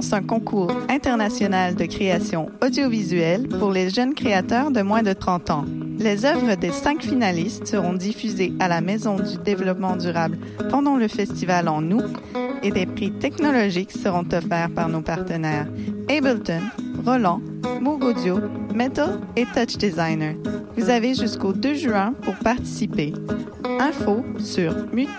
lance un concours international de création audiovisuelle pour les jeunes créateurs de moins de 30 ans. Les œuvres des 5 finalistes seront diffusées à la Maison du développement durable pendant le festival en août et des prix technologiques seront offerts par nos partenaires Ableton, Roland, Moog Audio, Metal et Touch Designer. Vous avez jusqu'au 2 juin pour participer. Info sur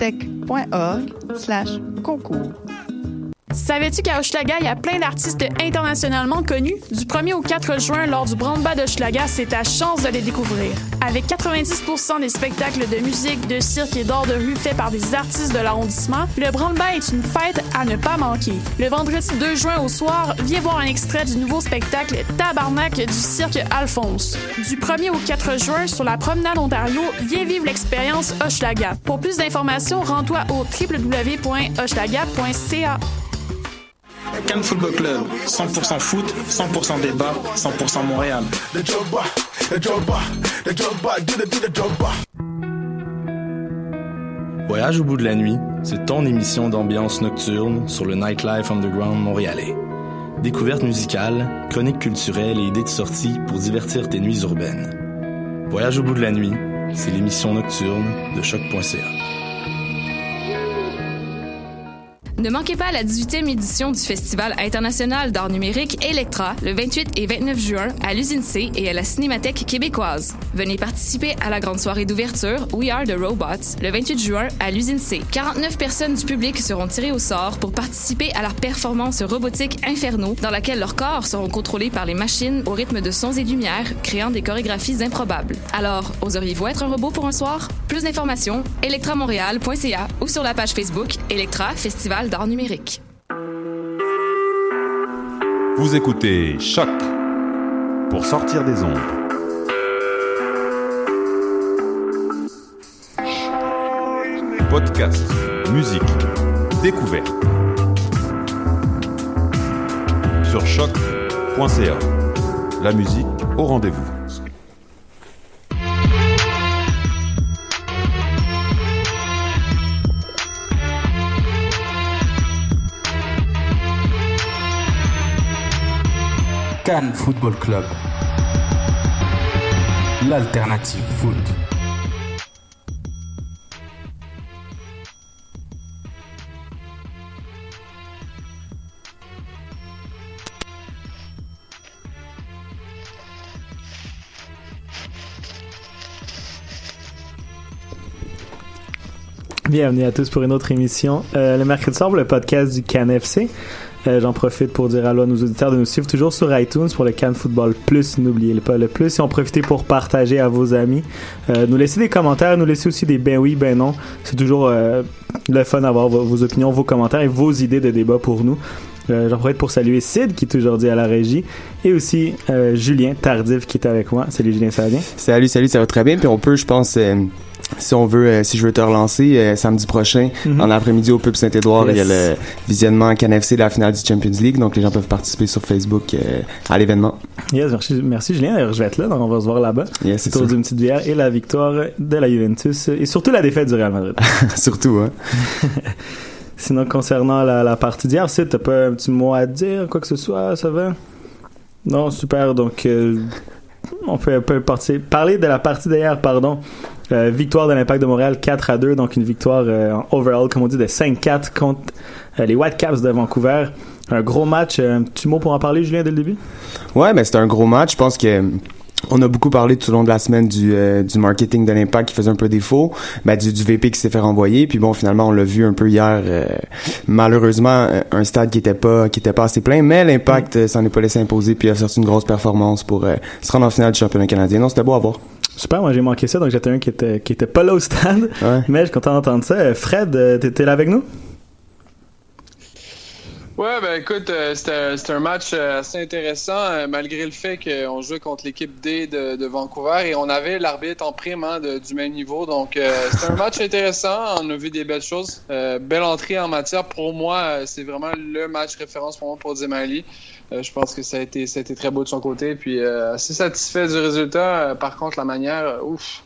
mutech.org/concours. Savais-tu qu'à Hochelaga, il y a plein d'artistes internationalement connus? Du 1er au 4 juin, lors du Brandba d'Hochelaga, c'est ta chance de les découvrir. Avec 90% des spectacles de musique, de cirque et d'art de rue faits par des artistes de l'arrondissement, le Brandba est une fête à ne pas manquer. Le vendredi 2 juin au soir, viens voir un extrait du nouveau spectacle Tabarnak du cirque Alphonse. Du 1er au 4 juin, sur la promenade Ontario, viens vivre l'expérience Hochelaga. Pour plus d'informations, rends-toi au www.hochelaga.ca. Cannes Football Club, 100% foot, 100% débat, 100% Montréal. Voyage au bout de la nuit, c'est ton émission d'ambiance nocturne sur le Nightlife Underground montréalais. Découvertes musicales, chroniques culturelles et idées de sortie pour divertir tes nuits urbaines. Voyage au bout de la nuit, c'est l'émission nocturne de choc.ca. Ne manquez pas la 18e édition du Festival international d'art numérique Electra le 28 et 29 juin à l'Usine C et à la Cinémathèque québécoise. Venez participer à la grande soirée d'ouverture We Are the Robots le 28 juin à l'Usine C. 49 personnes du public seront tirées au sort pour participer à la performance robotique Inferno dans laquelle leurs corps seront contrôlés par les machines au rythme de sons et lumières, créant des chorégraphies improbables. Alors, oseriez-vous être un robot pour un soir? Plus d'informations, electramontréal.ca ou sur la page Facebook Electra Festival d'art numérique. Vous écoutez Choc pour sortir des ondes. Podcast, musique, découverte. Sur choc.ca. La musique au rendez-vous. Cannes Football Club, l'alternative foot. Bienvenue à tous pour une autre émission. Le mercredi soir pour le podcast du Cannes FC. J'en profite pour dire à nos auditeurs de nous suivre toujours sur iTunes pour le Cannes Football Plus. N'oubliez pas le plus et en profitez pour partager à vos amis. Nous laisser des commentaires, nous laisser aussi des ben oui, ben non. C'est toujours le fun d'avoir vos opinions, vos commentaires et vos idées de débat pour nous. J'en profite pour saluer Sid qui est aujourd'hui à la régie et aussi Julien Tardif qui est avec moi. Salut Julien, ça va bien? Salut, ça va très bien. Puis on peut, je pense... si je veux te relancer, samedi prochain, en après-midi au Pub Saint-Édouard, il y a le visionnement Cannes FC de la finale du Champions League, donc les gens peuvent participer sur Facebook à l'événement. Yes, merci Julien, d'ailleurs je vais être là, donc on va se voir là-bas. Yes, c'est autour d'une petite bière et la victoire de la Juventus et surtout la défaite du Real Madrid. Surtout, hein. Sinon, concernant la partie d'hier, t'as pas un petit mot à dire, quoi que ce soit, ça va? Non, super, donc on peut parler de la partie d'hier, pardon. Victoire de l'Impact de Montréal 4-2, donc une victoire en overall, comme on dit, de 5-4 contre les Whitecaps de Vancouver. Un gros match. Un petit mot pour en parler, Julien, dès le début? Ouais, c'était un gros match. Je pense que on a beaucoup parlé tout au long de la semaine du marketing de l'Impact qui faisait un peu défaut, du VP qui s'est fait renvoyer, puis bon, finalement on l'a vu un peu hier, malheureusement un stade qui était pas assez plein, mais l'Impact s'en est pas laissé imposer puis a sorti une grosse performance pour se rendre en finale du championnat canadien. Non, c'était beau à voir. Super, moi j'ai manqué ça, donc j'étais un qui était pas là au stade, ouais. Mais je suis content d'entendre ça. Fred, t'étais là avec nous? Ouais, écoute, c'était un match assez intéressant, malgré le fait qu'on jouait contre l'équipe D de Vancouver et on avait l'arbitre en prime du même niveau. Donc, c'était un match intéressant. On a vu des belles choses. Belle entrée en matière. Pour moi, c'est vraiment le match référence pour moi pour Dzemaili. Je pense que ça a été très beau de son côté. Puis, assez satisfait du résultat. Par contre, la manière, ouf.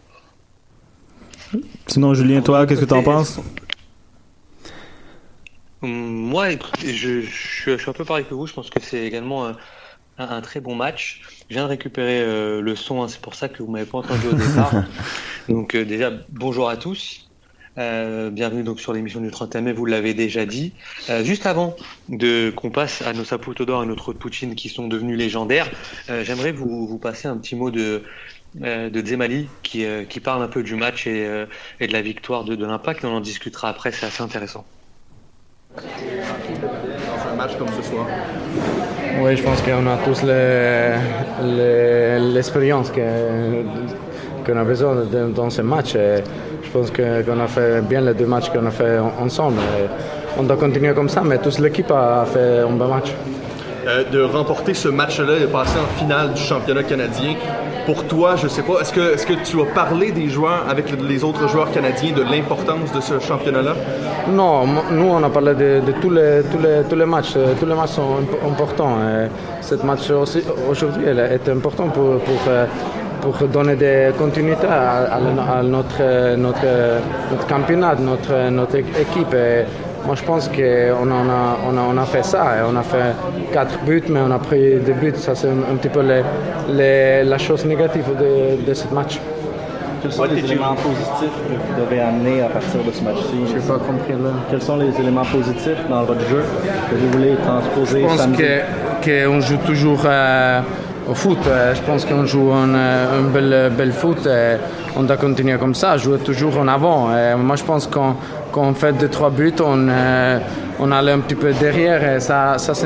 Sinon, Julien, toi, qu'est-ce que t'en penses? Moi, écoutez, je suis un peu pareil que vous. Je pense que c'est également un très bon match. Je viens de récupérer le son, c'est pour ça que vous m'avez pas entendu au départ. Donc déjà, bonjour à tous. Bienvenue donc sur l'émission du 31 mai, vous l'avez déjà dit. Juste avant qu'on passe à nos Saputo d'or et notre Rod Poutine qui sont devenus légendaires, j'aimerais vous passer un petit mot de Dzemali qui parle un peu du match et de la victoire de l'Impact. On en discutera après, c'est assez intéressant. Dans un match comme ce soir? Oui, je pense qu'on a tous l'expérience qu'on a besoin dans ce match. Et je pense qu'on a fait bien les deux matchs qu'on a fait ensemble. Et on doit continuer comme ça, mais toute l'équipe a fait un bon match. De remporter ce match-là et de passer en finale du championnat canadien, pour toi, je sais pas, est-ce que tu as parlé des joueurs avec les autres joueurs canadiens de l'importance de ce championnat-là? Non, nous on a parlé de tous les matchs. Tous les matchs sont importants. Ce match aussi aujourd'hui est important pour donner des continuités à notre campionat, notre équipe. Et moi, je pense qu'on a fait ça. On a fait 4 buts, mais on a pris 2 buts. Ça, c'est un petit peu la chose négative de ce match. Quels sont les éléments positifs que vous devez amener à partir de ce match-ci? Je n'ai pas compris là. Quels sont les éléments positifs dans votre jeu que vous voulez transposer samedi? Je pense qu'on joue toujours au foot. Je pense qu'on joue un bel foot. On doit continuer comme ça, jouer toujours en avant. Moi, je pense qu'on fait 2-3 buts, on allait un petit peu derrière. Et ça c'est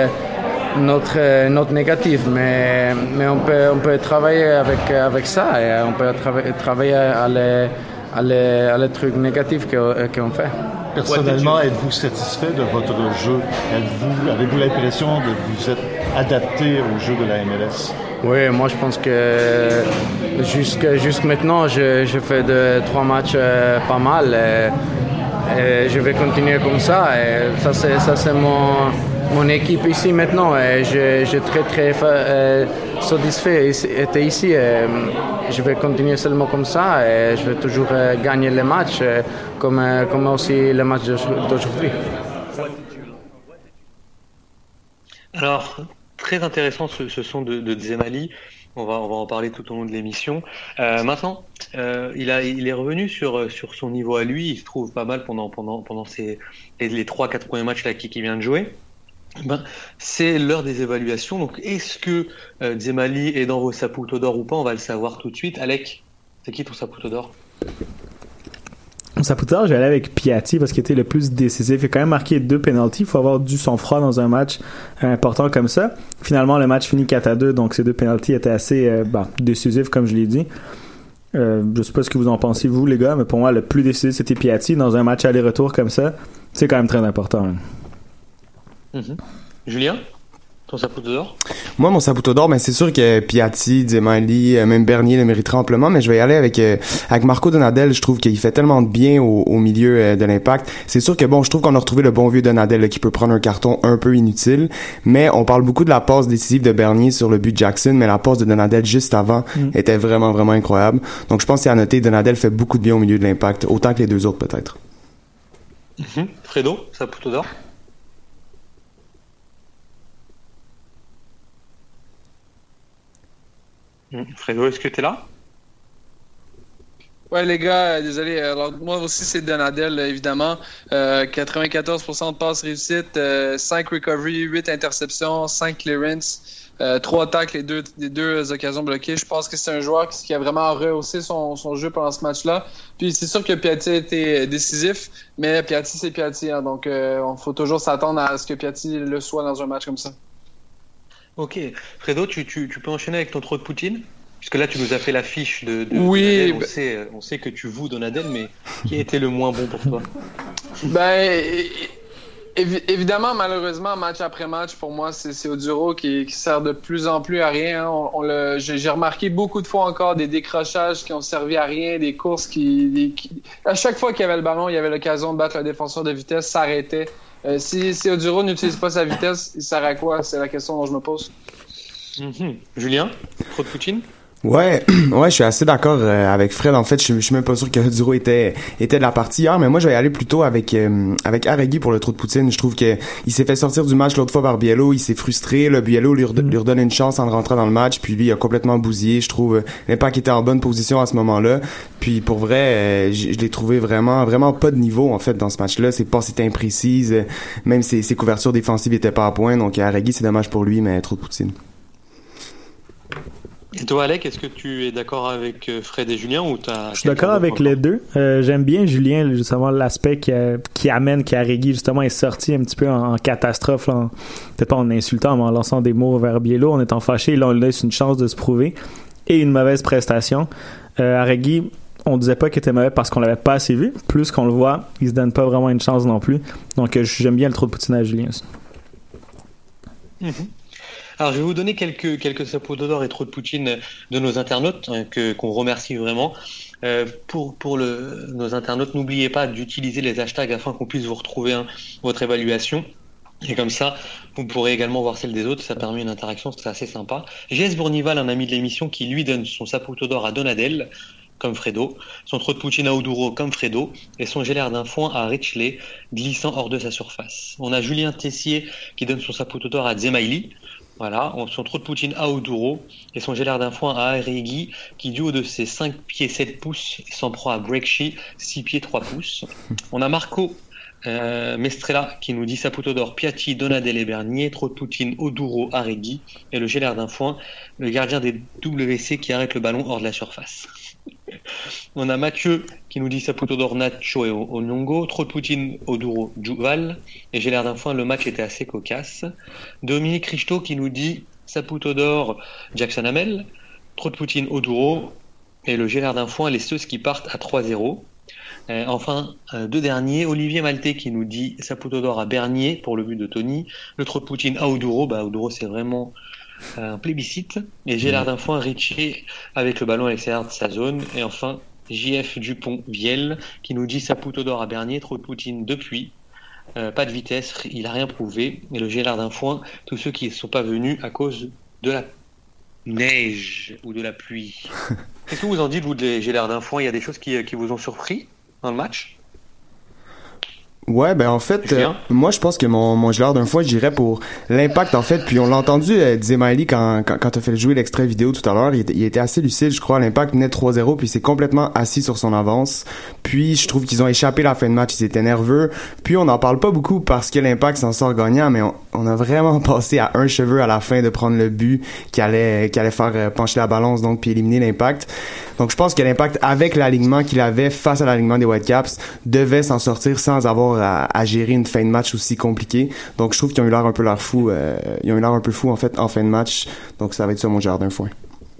notre négatif. Mais on peut travailler avec ça. Et on peut travailler à les trucs négatifs qu'on fait. Personnellement, êtes-vous satisfait de votre jeu? Avez-vous l'impression de vous être adapté au jeu de la MLS? Oui, moi je pense que jusqu'à maintenant, je fais 3 matchs pas mal. Et je vais continuer comme ça. Et ça c'est mon équipe ici maintenant. Et je suis très satisfait d'être ici. Et je vais continuer seulement comme ça. Et je vais toujours gagner les matchs, comme aussi les matchs d'aujourd'hui. Alors, très intéressant ce son de Dzemali. On va en parler tout au long de l'émission. Maintenant, il est revenu sur son niveau à lui. Il se trouve pas mal pendant les 3-4 premiers matchs là qu'il vient de jouer. C'est l'heure des évaluations. Donc, est-ce que Dzemali est dans vos Saputo d'or ou pas? On va le savoir tout de suite. Alec, c'est qui ton Saputo d'or? Mon Saputo d'or, j'allais avec Piatti parce qu'il était le plus décisif. Il a quand même marqué 2 penalties. Il faut avoir du sang-froid dans un match important comme ça. Finalement, le match finit 4-2, donc ces 2 penalties étaient assez décisifs, comme je l'ai dit. Je sais pas ce que vous en pensez, vous, les gars, mais pour moi, le plus décisif, c'était Piatti. Dans un match aller-retour comme ça, c'est quand même très important. Julien, ton Saputo d'or? Moi, mon Saputo d'or, c'est sûr que Piatti, Dzemali, même Bernier le méritera amplement, mais je vais y aller avec Marco Donadel. Je trouve qu'il fait tellement de bien au milieu de l'Impact. C'est sûr que je trouve qu'on a retrouvé le bon vieux Donadel là, qui peut prendre un carton un peu inutile, mais on parle beaucoup de la passe décisive de Bernier sur le but de Jackson, mais la passe de Donadel juste avant était vraiment, vraiment incroyable. Donc, je pense que c'est à noter, Donadel fait beaucoup de bien au milieu de l'Impact, autant que les 2 autres peut-être. Fredo, Saputo d'or? Fredo, est-ce que tu es là? Ouais, les gars, désolé. Alors, moi aussi, c'est Donadel, évidemment. 94% de passes réussites, 5 recoveries, 8 interceptions, 5 clearances, 3 tacles, les deux occasions bloquées. Je pense que c'est un joueur qui a vraiment rehaussé son jeu pendant ce match-là. Puis, c'est sûr que Piatti a été décisif, mais Piatti, c'est Piatti. Hein, donc, il faut toujours s'attendre à ce que Piatti le soit dans un match comme ça. Ok. Fredo, tu peux enchaîner avec ton Rod Poutine? Puisque là, tu nous as fait la fiche de oui, Donadel. On sait que tu voues Donadel, mais qui a été le moins bon pour toi? Évidemment, malheureusement, match après match, pour moi, c'est Oduro qui sert de plus en plus à rien. Hein. J'ai remarqué beaucoup de fois encore des décrochages qui ont servi à rien, des courses à chaque fois qu'il y avait le ballon, il y avait l'occasion de battre le défenseur de vitesse, ça arrêtait. Si Oduro n'utilise pas sa vitesse, il sert à quoi? C'est la question dont je me pose. Julien, Rod Poutine? Ouais, je suis assez d'accord avec Fred. En fait, je suis même pas sûr que Oduro était de la partie hier, mais moi je vais y aller plutôt avec Arregui pour le trou de poutine. Je trouve que il s'est fait sortir du match l'autre fois par Biello, il s'est frustré, le Biello lui redonne une chance en rentrant dans le match, puis lui il a complètement bousillé. Je trouve l'Impact était en bonne position à ce moment-là. Puis pour vrai, je l'ai trouvé vraiment pas de niveau en fait dans ce match-là. Ses passes étaient imprécises, même ses couvertures défensives étaient pas à point. Donc Arregui, c'est dommage pour lui, mais trop de poutine. Et toi, Alec, est-ce que tu es d'accord avec Fred et Julien ou t'as... Je suis d'accord avec les deux. J'aime bien Julien, justement, l'aspect qui amène qu'Arregui, justement, est sorti un petit peu en catastrophe, là, peut-être pas en insultant, mais en lançant des mots vers Biello, en étant fâché. Là, on lui laisse une chance de se prouver et une mauvaise prestation. Arregui, on disait pas qu'il était mauvais parce qu'on l'avait pas assez vu. Plus qu'on le voit, il se donne pas vraiment une chance non plus. Donc, j'aime bien le trou de poutine à Julien aussi. Alors, je vais vous donner quelques chapeaux d'or et trop de poutine de nos internautes, qu'on remercie vraiment. Pour nos internautes, n'oubliez pas d'utiliser les hashtags afin qu'on puisse vous retrouver votre évaluation. Et comme ça, vous pourrez également voir celle des autres. Ça permet une interaction, c'est assez sympa. J.S. Bournival, un ami de l'émission, qui lui donne son sapoteau d'or à Donadel, comme Fredo, son trou de poutine à Oduro, comme Fredo, et son gélère d'un foin à Richley, glissant hors de sa surface. On a Julien Tessier qui donne son sapoteau d'or à Zemaili. Voilà, son trou de poutine à Oduro et son gélère d'un foin à Arregui qui, du haut de ses 5 pieds 7 pouces, s'en prend à Breakshi, 6 pieds 3 pouces. On a Marco Mestrella qui nous dit sapoteau d'or Piatti, Donadel et Bernier, trop de poutine Oduro, Arregui et le gélère d'un foin, le gardien des WC qui arrête le ballon hors de la surface. On a Mathieu qui nous dit sapoteau d'or Nacho et Onyongo, trop de poutine Oduro, Duval et j'ai l'air d'un foin, le match était assez cocasse. Dominique Richteau qui nous dit sapoteau d'or Jackson Hamel, trop de poutine Oduro et le j'ai l'air d'un foin, les Seuses qui partent à 3-0. Enfin, deux derniers, Olivier Maltais qui nous dit sapoteau d'or à Bernier pour le but de Tony, le trop de poutine à Oduro, Oduro c'est vraiment un plébiscite, et j'ai l'air d'un foin Richie avec le ballon à l'extérieur de sa zone. Et enfin JF Dupont-Viel qui nous dit sapoteau d'or à Bernier, trop de poutine depuis, pas de vitesse, il a rien prouvé, et le j'ai l'air d'un foin, tous ceux qui ne sont pas venus à cause de la neige ou de la pluie. Qu'est-ce que vous en dites, vous, de j'ai l'air d'un foin? Il y a des choses qui vous ont surpris dans le match? Ouais, en fait, moi je pense que mon gelard d'un foin, je dirais pour l'Impact en fait. Puis on l'a entendu Zemaili quand t'as fait jouer l'extrait vidéo tout à l'heure, il était assez lucide, je crois. L'Impact menait 3-0 puis il s'est complètement assis sur son avance. Puis je trouve qu'ils ont échappé la fin de match, ils étaient nerveux. Puis on n'en parle pas beaucoup parce que l'Impact s'en sort gagnant, mais on a vraiment passé à un cheveu à la fin de prendre le but qui allait faire pencher la balance donc puis éliminer l'Impact. Donc je pense que l'Impact, avec l'alignement qu'il avait face à l'alignement des Whitecaps, devait s'en sortir sans avoir à gérer une fin de match aussi compliquée. Donc je trouve qu'ils ont eu l'air un peu fou. Ils ont eu l'air un peu fou en fait en fin de match. Donc ça va être ça mon genre d'un foin.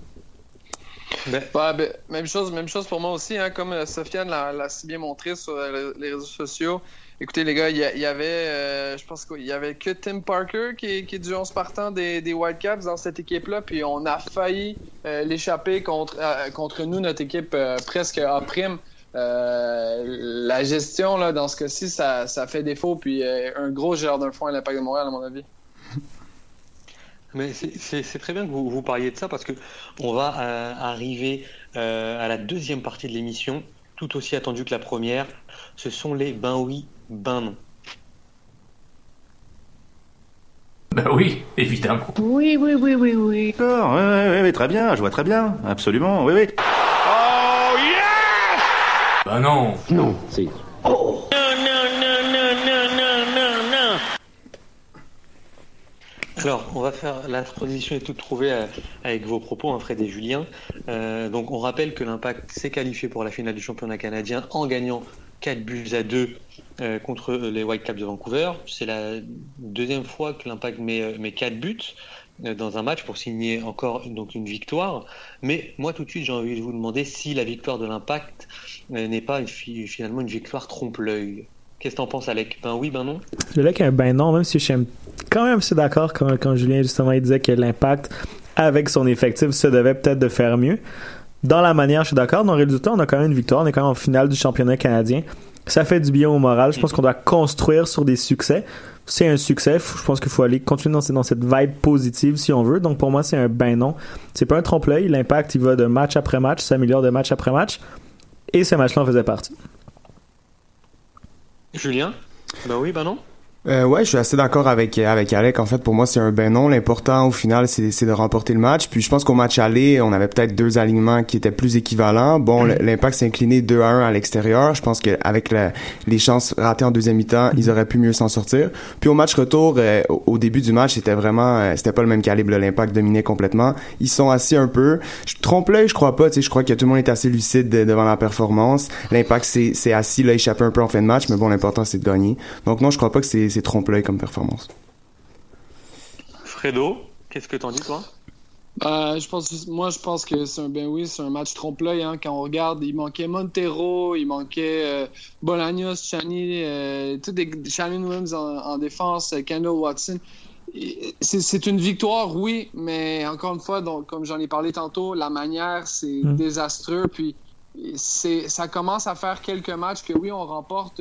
Même chose pour moi aussi, comme Sofiane l'a si bien montré sur les réseaux sociaux. Écoutez les gars, il y avait, je pense qu'il y avait que Tim Parker qui est du 11 partant des Whitecaps dans cette équipe-là, puis on a failli l'échapper contre nous, notre équipe presque à prime. La gestion là, dans ce cas-ci, ça fait défaut, puis un gros gérard d'un foin à l'Impact de Montréal à mon avis. Mais c'est très bien que vous parliez de ça parce que on va arriver à la deuxième partie de l'émission, tout aussi attendue que la première. Ce sont les ben oui, ben non. Ben oui, évidemment. Oui. D'accord, oui, très bien, je vois très bien, absolument, oui. Oh yes! Ben non. Non, si. Oh! Non. Alors, on va faire la transition est toute trouvée avec vos propos, Fred et Julien. Donc, on rappelle que l'Impact s'est qualifié pour la finale du championnat canadien en gagnant 4-2 contre les Whitecaps de Vancouver. C'est la deuxième fois que l'Impact met 4 buts dans un match pour signer encore donc une victoire. Mais moi, tout de suite, j'ai envie de vous demander si la victoire de l'Impact n'est pas finalement une victoire trompe-l'œil. Qu'est-ce que t'en penses, Alec? Ben oui, ben non? Je dirais qu'un ben non, même si je suis quand même assez d'accord quand Julien, justement, il disait que l'Impact, avec son effectif, se devait peut-être de faire mieux. Dans la manière, je suis d'accord. Dans le résultat, on a quand même une victoire. On est quand même en finale du championnat canadien. Ça fait du bien au moral. Je pense qu'on doit construire sur des succès. C'est un succès. Je pense qu'il faut aller continuer dans cette vibe positive si on veut. Donc pour moi, c'est un ben non. C'est pas un trompe-l'œil. L'Impact, il va de match après match, s'améliore de match après match. Et ce match-là en faisait partie. Julien? Ben oui, ben non? Ouais, je suis assez d'accord avec Alec. En fait, pour moi, c'est un ben non. L'important, au final, c'est de remporter le match. Puis je pense qu'au match aller, on avait peut-être 2 alignements qui étaient plus équivalents. Bon, l'Impact s'est incliné 2-1 à l'extérieur. Je pense qu'avec les chances ratées en deuxième mi-temps, ils auraient pu mieux s'en sortir. Puis au match retour, au début du match, c'était pas le même calibre. L'Impact dominait complètement. Ils sont assis un peu. Trompe-l'œil, je crois pas. Tu sais, je crois que tout le monde est assez lucide devant la performance. L'Impact s'est assis, là, échappé un peu en fin de match. Mais bon, l'important, c'est de gagner. Donc non, je crois pas que c'est trompe-l'œil comme performance. Fredo, qu'est-ce que t'en dis, toi? Je pense que c'est un match trompe-l'œil. Hein. Quand on regarde, il manquait Montero, il manquait Bolaños, Chani, Chani Williams en défense, Kendall Watson. C'est une victoire, oui, mais encore une fois, donc, comme j'en ai parlé tantôt, la manière, c'est désastreux. Puis ça commence à faire quelques matchs que oui, on remporte,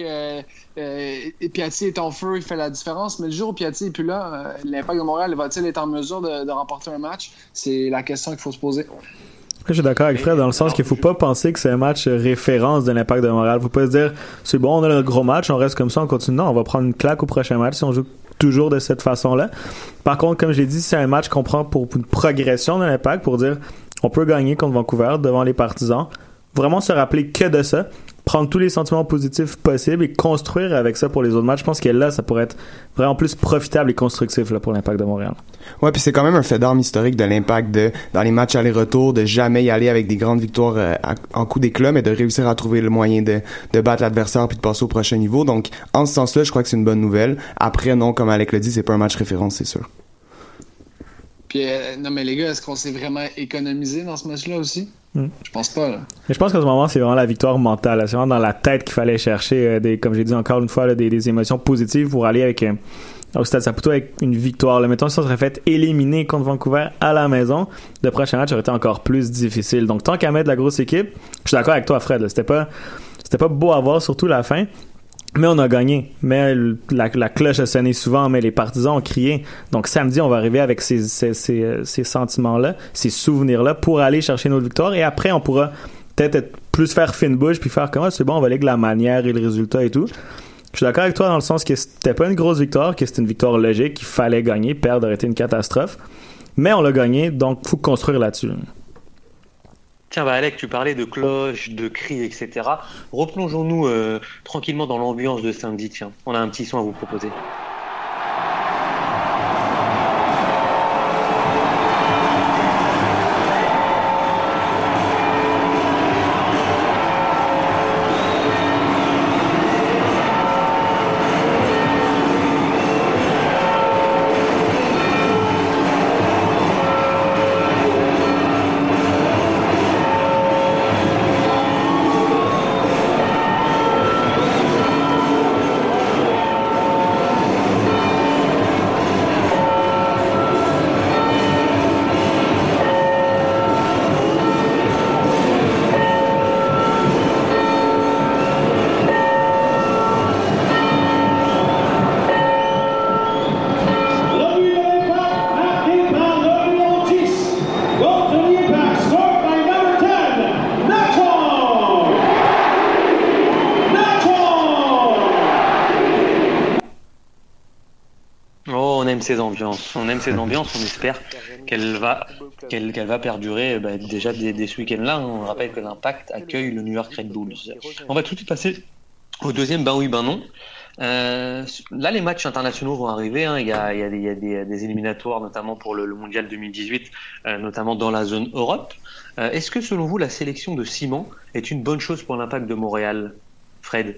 Piatti est en feu, il fait la différence, mais le jour où Piatti n'est plus là, l'Impact de Montréal va-t-il être en mesure de remporter un match? C'est la question qu'il faut se poser. Je suis d'accord avec Fred dans le sens qu'il faut pas penser que c'est un match référence de l'Impact de Montréal. Faut pas se dire c'est bon, on a le gros match, on reste comme ça, on continue. Non, on va prendre une claque au prochain match si on joue toujours de cette façon-là. Par contre, comme je l'ai dit, c'est un match qu'on prend pour une progression de l'Impact, pour dire on peut gagner contre Vancouver devant les partisans. Vraiment se rappeler que de ça, prendre tous les sentiments positifs possibles et construire avec ça pour les autres matchs. Je pense que là, ça pourrait être vraiment plus profitable et constructif là, pour l'Impact de Montréal. Ouais, puis c'est quand même un fait d'arme historique de l'Impact dans les matchs aller-retour, de jamais y aller avec des grandes victoires en coup d'éclat, mais de réussir à trouver le moyen de battre l'adversaire puis de passer au prochain niveau. Donc, en ce sens-là, je crois que c'est une bonne nouvelle. Après, non, comme Alec l'a dit, c'est pas un match référence, c'est sûr. Puis, non, mais les gars, est-ce qu'on s'est vraiment économisé dans ce match-là aussi? Je pense pas, là. Mais je pense qu'en ce moment, c'est vraiment la victoire mentale. Là. C'est vraiment dans la tête qu'il fallait chercher, comme j'ai dit encore une fois, là, des émotions positives pour aller avec au Stade Saputo avec une victoire. Là. Mettons, si on serait fait éliminer contre Vancouver à la maison, le prochain match aurait été encore plus difficile. Donc, tant qu'à mettre la grosse équipe, je suis d'accord avec toi, Fred. Là. C'était pas beau à voir, surtout la fin. Mais on a gagné. Mais la cloche a sonné souvent, mais les partisans ont crié. Donc samedi, on va arriver avec ces sentiments-là, ces souvenirs-là pour aller chercher notre victoire. Et après, on pourra peut-être plus faire fine bouche puis faire comme c'est bon, on va aller avec la manière et le résultat et tout. Je suis d'accord avec toi dans le sens que c'était pas une grosse victoire, que c'était une victoire logique, qu'il fallait gagner. Perdre aurait été une catastrophe. Mais on l'a gagné, donc il faut construire là-dessus. Tiens, Alec, tu parlais de cloches, de cris, etc. Replongeons-nous tranquillement dans l'ambiance de samedi. Tiens, on a un petit son à vous proposer. On aime ces ambiances, on espère qu'elle va perdurer déjà dès ce week-end-là. On rappelle que l'Impact accueille le New York Red Bulls. On va tout de suite passer au deuxième ben oui, ben non. Là, les matchs internationaux vont arriver. Hein. Il y a des éliminatoires, notamment pour le Mondial 2018, notamment dans la zone Europe. Est-ce que, selon vous, la sélection de Simon est une bonne chose pour l'Impact de Montréal, Fred?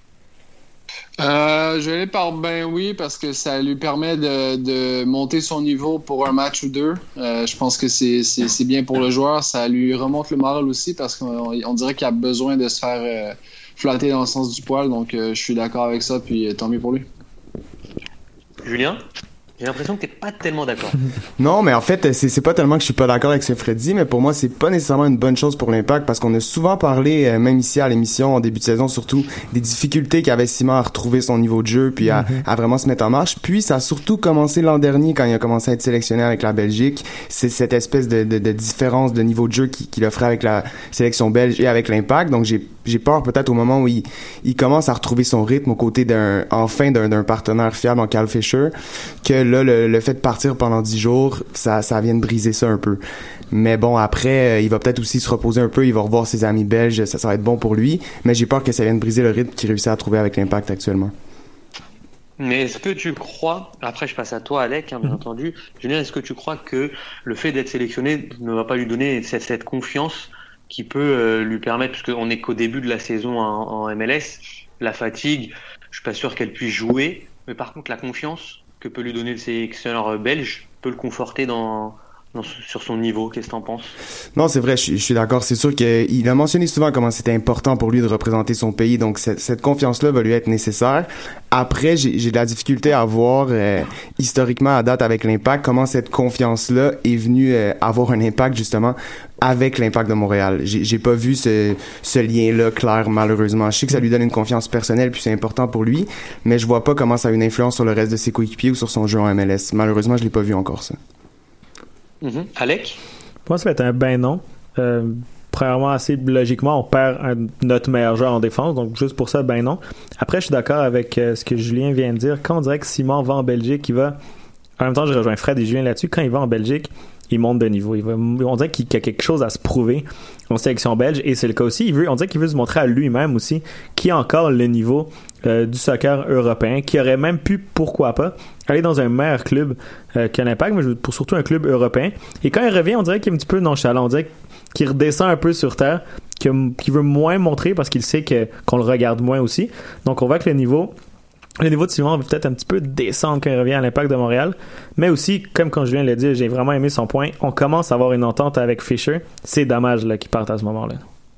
Je vais aller par ben oui parce que ça lui permet de monter son niveau pour un match ou deux. Je pense que c'est bien pour le joueur. Ça lui remonte le moral aussi parce qu'on dirait qu'il a besoin de se faire flatter dans le sens du poil. Donc je suis d'accord avec ça, puis tant mieux pour lui. Julien? J'ai l'impression que t'es pas tellement d'accord. Non, mais en fait, c'est pas tellement que je suis pas d'accord avec ce que Fred dit, mais pour moi, c'est pas nécessairement une bonne chose pour l'Impact parce qu'on a souvent parlé, même ici à l'émission, en début de saison surtout, des difficultés qu'avait Simon à retrouver son niveau de jeu puis à vraiment se mettre en marche. Puis ça a surtout commencé l'an dernier quand il a commencé à être sélectionné avec la Belgique. C'est cette espèce de différence de niveau de jeu qu'il offrait avec la sélection belge et avec l'Impact. Donc j'ai peur peut-être au moment où il commence à retrouver son rythme aux côtés d'un partenaire fiable en Carl Fisher, que là, le fait de partir pendant 10 jours, ça vient de briser ça un peu. Mais bon, après, il va peut-être aussi se reposer un peu, il va revoir ses amis belges, ça va être bon pour lui, mais j'ai peur que ça vienne briser le rythme qu'il réussit à trouver avec l'Impact actuellement. Mais est-ce que tu crois, après je passe à toi Alec, bien entendu, Julien, est-ce que tu crois que le fait d'être sélectionné ne va pas lui donner cette confiance qui peut lui permettre, parce qu'on n'est qu'au début de la saison en MLS, la fatigue, je suis pas sûr qu'elle puisse jouer, mais par contre la confiance que peut lui donner le sélectionneur belge peut le conforter sur son niveau. Qu'est-ce que t'en penses? Non, c'est vrai, je suis d'accord. C'est sûr qu'il a mentionné souvent comment c'était important pour lui de représenter son pays, donc cette confiance-là va lui être nécessaire. Après, j'ai de la difficulté à voir historiquement à date avec l'Impact comment cette confiance-là est venue avoir un impact justement avec l'Impact de Montréal. J'ai pas vu ce lien-là clair, malheureusement. Je sais que ça lui donne une confiance personnelle puis c'est important pour lui, mais je vois pas comment ça a une influence sur le reste de ses coéquipiers ou sur son jeu en MLS. Malheureusement, je l'ai pas vu encore, ça. Alec? Moi, ça va être un ben non. Premièrement, assez logiquement, on perd notre meilleur joueur en défense, donc juste pour ça, ben non. Après, je suis d'accord avec ce que Julien vient de dire. Quand on dirait que Simon va en Belgique, il va... En même temps, je rejoins Fred et Julien là-dessus. Quand il va en Belgique, il monte de niveau. On dirait qu'il y a quelque chose à se prouver en sélection belge, et c'est le cas aussi. On dirait qu'il veut se montrer à lui-même aussi qu'il a encore le niveau du soccer européen, qui aurait même pu, pourquoi pas, aller dans un meilleur club que l'Impact, mais pour surtout un club européen. Et quand il revient, on dirait qu'il est un petit peu nonchalant. On dirait qu'il redescend un peu sur terre, qu'il veut moins montrer parce qu'il sait qu'on le regarde moins aussi. Donc on voit que le niveau de Simon va peut-être un petit peu descendre quand il revient à l'Impact de Montréal. Mais aussi, comme quand Julien l'a dit, j'ai vraiment aimé son point. On commence à avoir une entente avec Fisher. C'est dommage là, qu'il parte à ce moment-là.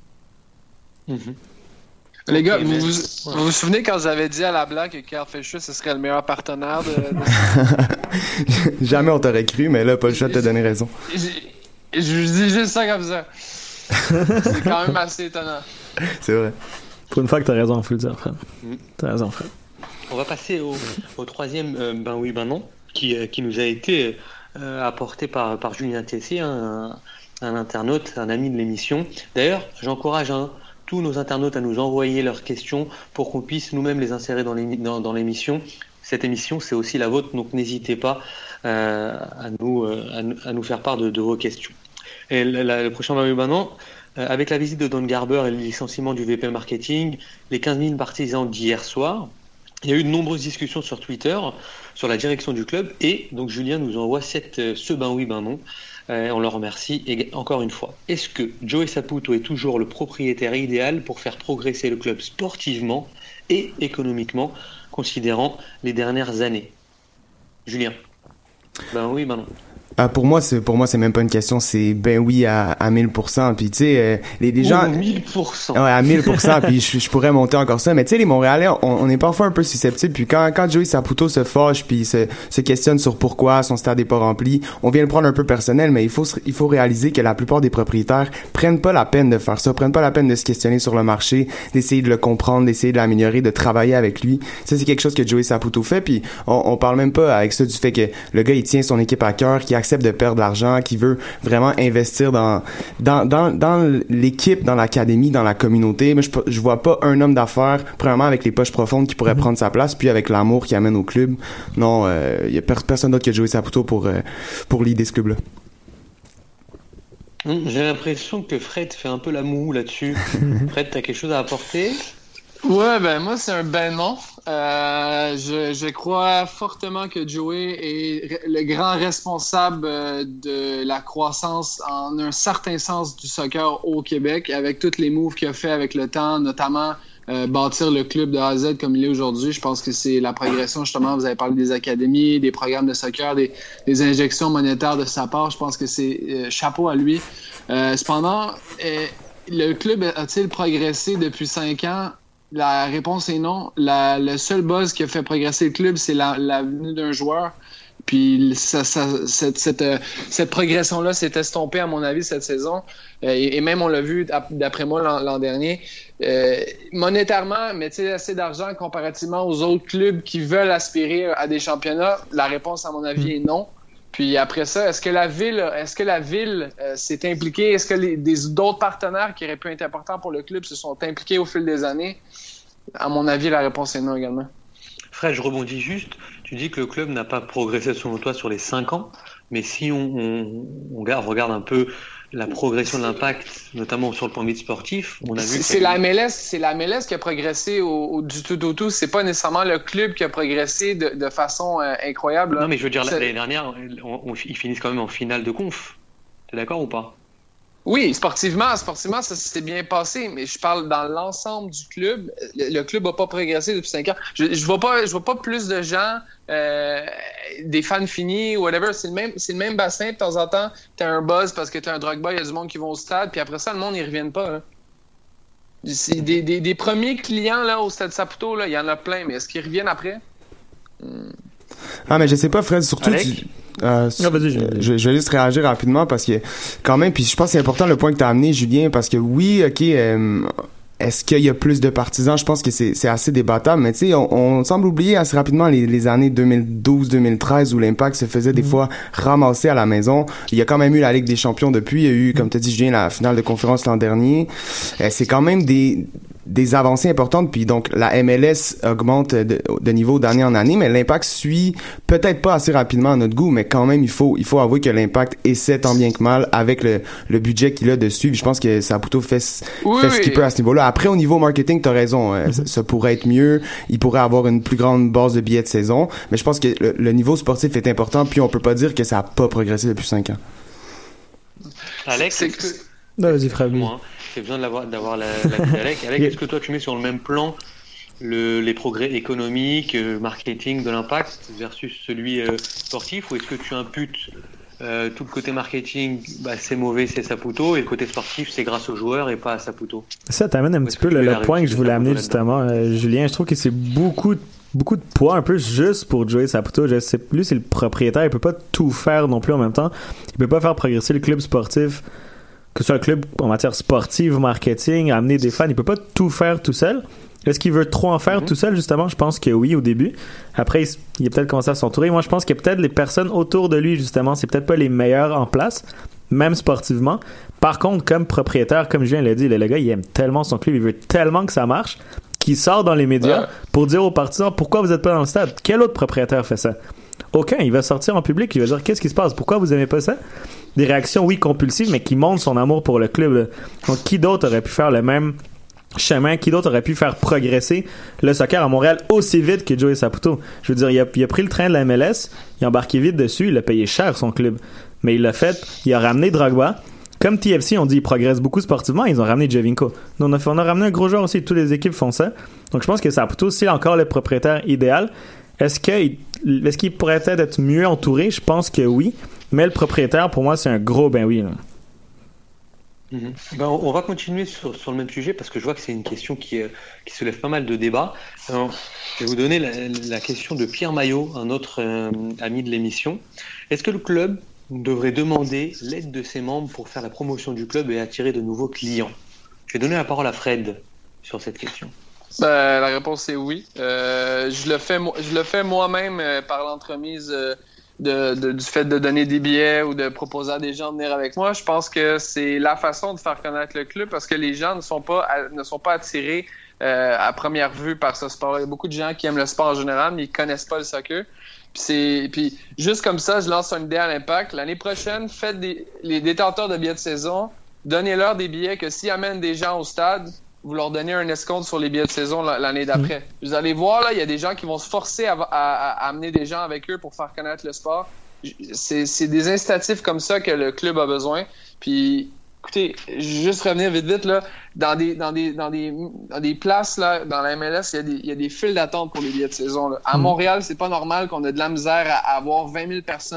Les gars, vous vous souvenez quand j'avais dit à la blague que Carl Fisher ce serait le meilleur partenaire de... Jamais on t'aurait cru, mais là, pas le choix de te donner raison. Je dis juste ça comme ça. C'est quand même assez étonnant. C'est vrai. Pour une fois que t'as raison, faut le dire, Fred. T'as raison, Fred. On va passer au troisième ben oui, ben non, qui nous a été apporté par Julien Tessier, un internaute, un ami de l'émission. D'ailleurs, j'encourage tous nos internautes à nous envoyer leurs questions pour qu'on puisse nous-mêmes les insérer dans l'émission. Cette émission, c'est aussi la vôtre, donc n'hésitez pas à nous faire part de vos questions. Et le prochain ben oui, ben non, avec la visite de Don Garber et le licenciement du VP Marketing, les 15 000 partisans d'hier soir, il y a eu de nombreuses discussions sur Twitter sur la direction du club, et donc Julien nous envoie ce ben oui, ben non. On le remercie encore une fois. Est-ce que Joey Saputo est toujours le propriétaire idéal pour faire progresser le club sportivement et économiquement, considérant les dernières années? Julien? Ben oui, ben non. Pour moi, c'est même pas une question, c'est ben oui à 1000%. Puis tu sais, les gens... 1000%. Ouais, à 1000%. Puis je pourrais monter encore ça. Mais tu sais, les Montréalais, on est parfois un peu susceptibles. Puis quand Joey Saputo se fâche puis se questionne sur pourquoi son stade est pas rempli, on vient le prendre un peu personnel. Mais il faut réaliser que la plupart des propriétaires prennent pas la peine de faire ça, prennent pas la peine de se questionner sur le marché, d'essayer de le comprendre, d'essayer de l'améliorer, de travailler avec lui. Ça, c'est quelque chose que Joey Saputo fait. Puis on parle même pas avec ça du fait que le gars, il tient son équipe à cœur, qui accepte de perdre de l'argent, qui veut vraiment investir dans l'équipe, dans l'académie, dans la communauté. Mais je vois pas un homme d'affaires, premièrement avec les poches profondes, qui pourrait prendre sa place, puis avec l'amour qu'il amène au club. Non, y a personne d'autre que Joey Saputo pour leader ce club-là. J'ai l'impression que Fred fait un peu la moue là-dessus. Fred, t'as quelque chose à apporter? Ouais, ben moi c'est un ben non. Je crois fortement que Joey est le grand responsable de la croissance en un certain sens du soccer au Québec, avec tous les moves qu'il a fait avec le temps, notamment bâtir le club de A à Z comme il est aujourd'hui. Je pense que c'est la progression, justement. Vous avez parlé des académies, des programmes de soccer, des injections monétaires de sa part. Je pense que c'est chapeau à lui. Cependant, le club a-t-il progressé depuis 5 ans? La réponse est non. Le seul buzz qui a fait progresser le club, c'est la venue d'un joueur. Puis cette progression-là s'est estompée, à mon avis, cette saison. Et même, on l'a vu, d'après moi, l'an dernier. Monétairement, mais tu sais, assez d'argent comparativement aux autres clubs qui veulent aspirer à des championnats? La réponse, à mon avis, est non. Puis après ça, est-ce que la ville s'est impliquée? Est-ce que d'autres partenaires qui auraient pu être importants pour le club se sont impliqués au fil des années? À mon avis, la réponse est non également. Fred, je rebondis juste. Tu dis que le club n'a pas progressé selon toi sur les 5 ans, mais si on regarde un peu la progression de l'Impact, notamment sur le plan de vue sportif, on a vu c'est la MLS qui a progressé du tout au tout. C'est pas nécessairement le club qui a progressé de façon incroyable. Non, mais je veux dire, l'année dernière, ils finissent quand même en finale de conf. T'es d'accord ou pas? Oui, sportivement, ça s'est bien passé, mais je parle dans l'ensemble du club. Le club n'a pas progressé depuis 5 ans. Je vois pas plus de gens, des fans finis, whatever. C'est le même bassin. De temps en temps, t'as un buzz parce que t'as un Drogba, il y a du monde qui vont au stade, puis après ça, le monde, ils reviennent pas. Hein. Des premiers clients là au Stade Saputo, là, il y en a plein, mais est-ce qu'ils reviennent après? Ah, mais je sais pas, Fred, surtout... je vais juste réagir rapidement parce que quand même, puis je pense que c'est important le point que tu as amené, Julien, parce que oui, ok, est-ce qu'il y a plus de partisans? Je pense que c'est assez débattable, mais tu sais, on semble oublier assez rapidement les années 2012-2013 où l'Impact se faisait des fois ramasser à la maison. Il y a quand même eu la Ligue des Champions depuis, il y a eu, comme tu as dit, Julien, la finale de conférence l'an dernier. C'est quand même des avancées importantes, puis donc la MLS augmente de niveau d'année en année, mais l'Impact suit peut-être pas assez rapidement à notre goût, mais quand même il faut avouer que l'Impact essaie tant bien que mal avec le budget qu'il a de suivre. Je pense que Saputo fait ce qu'il peut à ce niveau-là. Après, au niveau marketing, t'as raison, ça pourrait être mieux, il pourrait avoir une plus grande base de billets de saison, mais je pense que le niveau sportif est important, puis on peut pas dire que ça a pas progressé depuis 5 ans. Alex, est-ce que... Non, vas-y, Fred. J'ai besoin d'avoir la Alex. Est-ce que toi tu mets sur le même plan les progrès économiques, marketing de l'Impact versus celui sportif, ou est-ce que tu imputes tout le côté marketing, c'est mauvais, c'est Saputo, et le côté sportif, c'est grâce aux joueurs et pas à Saputo? Ça t'amène un petit peu le point que je voulais amener justement, Julien. Je trouve que c'est beaucoup de poids un peu juste pour Joey Saputo. Je sais plus, c'est le propriétaire, il peut pas tout faire non plus en même temps. Il peut pas faire progresser le club sportif, que ce soit un club en matière sportive, marketing, amener des fans, il peut pas tout faire tout seul. Est-ce qu'il veut trop en faire tout seul, justement? Je pense que oui, au début. Après, il a peut-être commencé à s'entourer. Moi, je pense que peut-être les personnes autour de lui, justement, c'est peut-être pas les meilleurs en place, même sportivement. Par contre, comme propriétaire, comme Julien l'a dit, le gars, il aime tellement son club, il veut tellement que ça marche, qu'il sort dans les médias pour dire aux partisans, pourquoi vous êtes pas dans le stade? Quel autre propriétaire fait ça? Aucun. Il va sortir en public, il va dire, qu'est-ce qui se passe? Pourquoi vous aimez pas ça? Des réactions, oui, compulsives, mais qui montrent son amour pour le club. Là. Donc, qui d'autre aurait pu faire le même chemin? Qui d'autre aurait pu faire progresser le soccer à Montréal aussi vite que Joey Saputo? Je veux dire, il a pris le train de la MLS, il a embarqué vite dessus, il a payé cher son club. Mais il l'a fait, il a ramené Drogba. Comme TFC, on dit, il progresse beaucoup sportivement, ils ont ramené Giovinco. On a ramené un gros joueur aussi, toutes les équipes font ça. Donc, je pense que Saputo, c'est encore le propriétaire idéal. Est-ce qu'il pourrait peut-être être mieux entouré? Je pense que oui. Mais le propriétaire, pour moi, c'est un gros ben oui. Là. On va continuer sur le même sujet parce que je vois que c'est une question qui soulève pas mal de débats. Alors, je vais vous donner la question de Pierre Maillot, un autre ami de l'émission. Est-ce que le club devrait demander l'aide de ses membres pour faire la promotion du club et attirer de nouveaux clients? Je vais donner la parole à Fred sur cette question. La réponse est oui. Je le fais moi-même par l'entremise du fait de donner des billets ou de proposer à des gens de venir avec moi. Je pense que c'est la façon de faire connaître le club parce que les gens ne sont pas attirés à première vue par ce sport. Il y a beaucoup de gens qui aiment le sport en général, mais ils connaissent pas le soccer. Puis juste comme ça, je lance une idée à l'Impact. L'année prochaine, faites les détenteurs de billets de saison, donnez-leur des billets que s'ils amènent des gens au stade, vous leur donnez un escompte sur les billets de saison l'année d'après. Vous allez voir, là, il y a des gens qui vont se forcer à amener des gens avec eux pour faire connaître le sport. C'est des incitatifs comme ça que le club a besoin. Puis, écoutez, juste revenir vite, là, dans des places, là, dans la MLS, il y a des files d'attente pour les billets de saison, là. À Montréal, c'est pas normal qu'on ait de la misère à avoir 20 000 personnes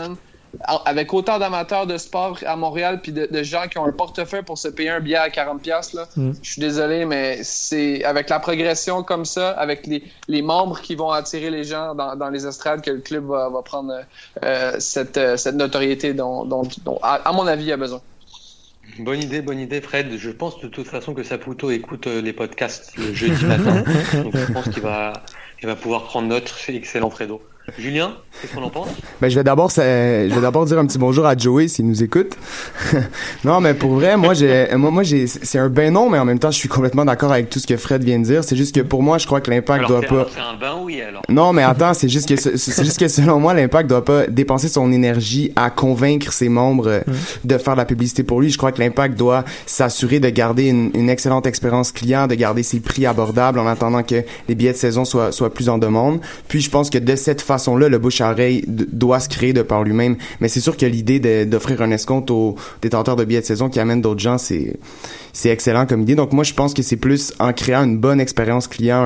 avec autant d'amateurs de sport à Montréal puis de gens qui ont un portefeuille pour se payer un billet à 40$, là, je suis désolé, mais c'est avec la progression comme ça, avec les membres qui vont attirer les gens dans les estrades que le club va prendre cette notoriété dont à mon avis, il a besoin. Bonne idée, Fred. Je pense de toute façon que Saputo écoute les podcasts le jeudi matin. Donc je pense qu'il va pouvoir prendre note. C'est excellent, Fredo. Julien, qu'est-ce qu'on en pense? Ben, je vais d'abord dire un petit bonjour à Joey s'il nous écoute. Non, mais pour vrai, moi, c'est un ben non, mais en même temps, je suis complètement d'accord avec tout ce que Fred vient de dire. C'est juste que pour moi, je crois que l'Impact doit pas. C'est un ben oui, alors. Non, mais attends, c'est juste que selon moi, l'Impact doit pas dépenser son énergie à convaincre ses membres de faire de la publicité pour lui. Je crois que l'Impact doit s'assurer de garder une excellente expérience client, de garder ses prix abordables en attendant que les billets de saison soient plus en demande. Puis, je pense que de cette façon-là, le bouche à oreille doit se créer de par lui-même. Mais c'est sûr que l'idée d'offrir un escompte aux détenteurs de billets de saison qui amènent d'autres gens, c'est excellent comme idée. Donc moi, je pense que c'est plus en créant une bonne expérience client,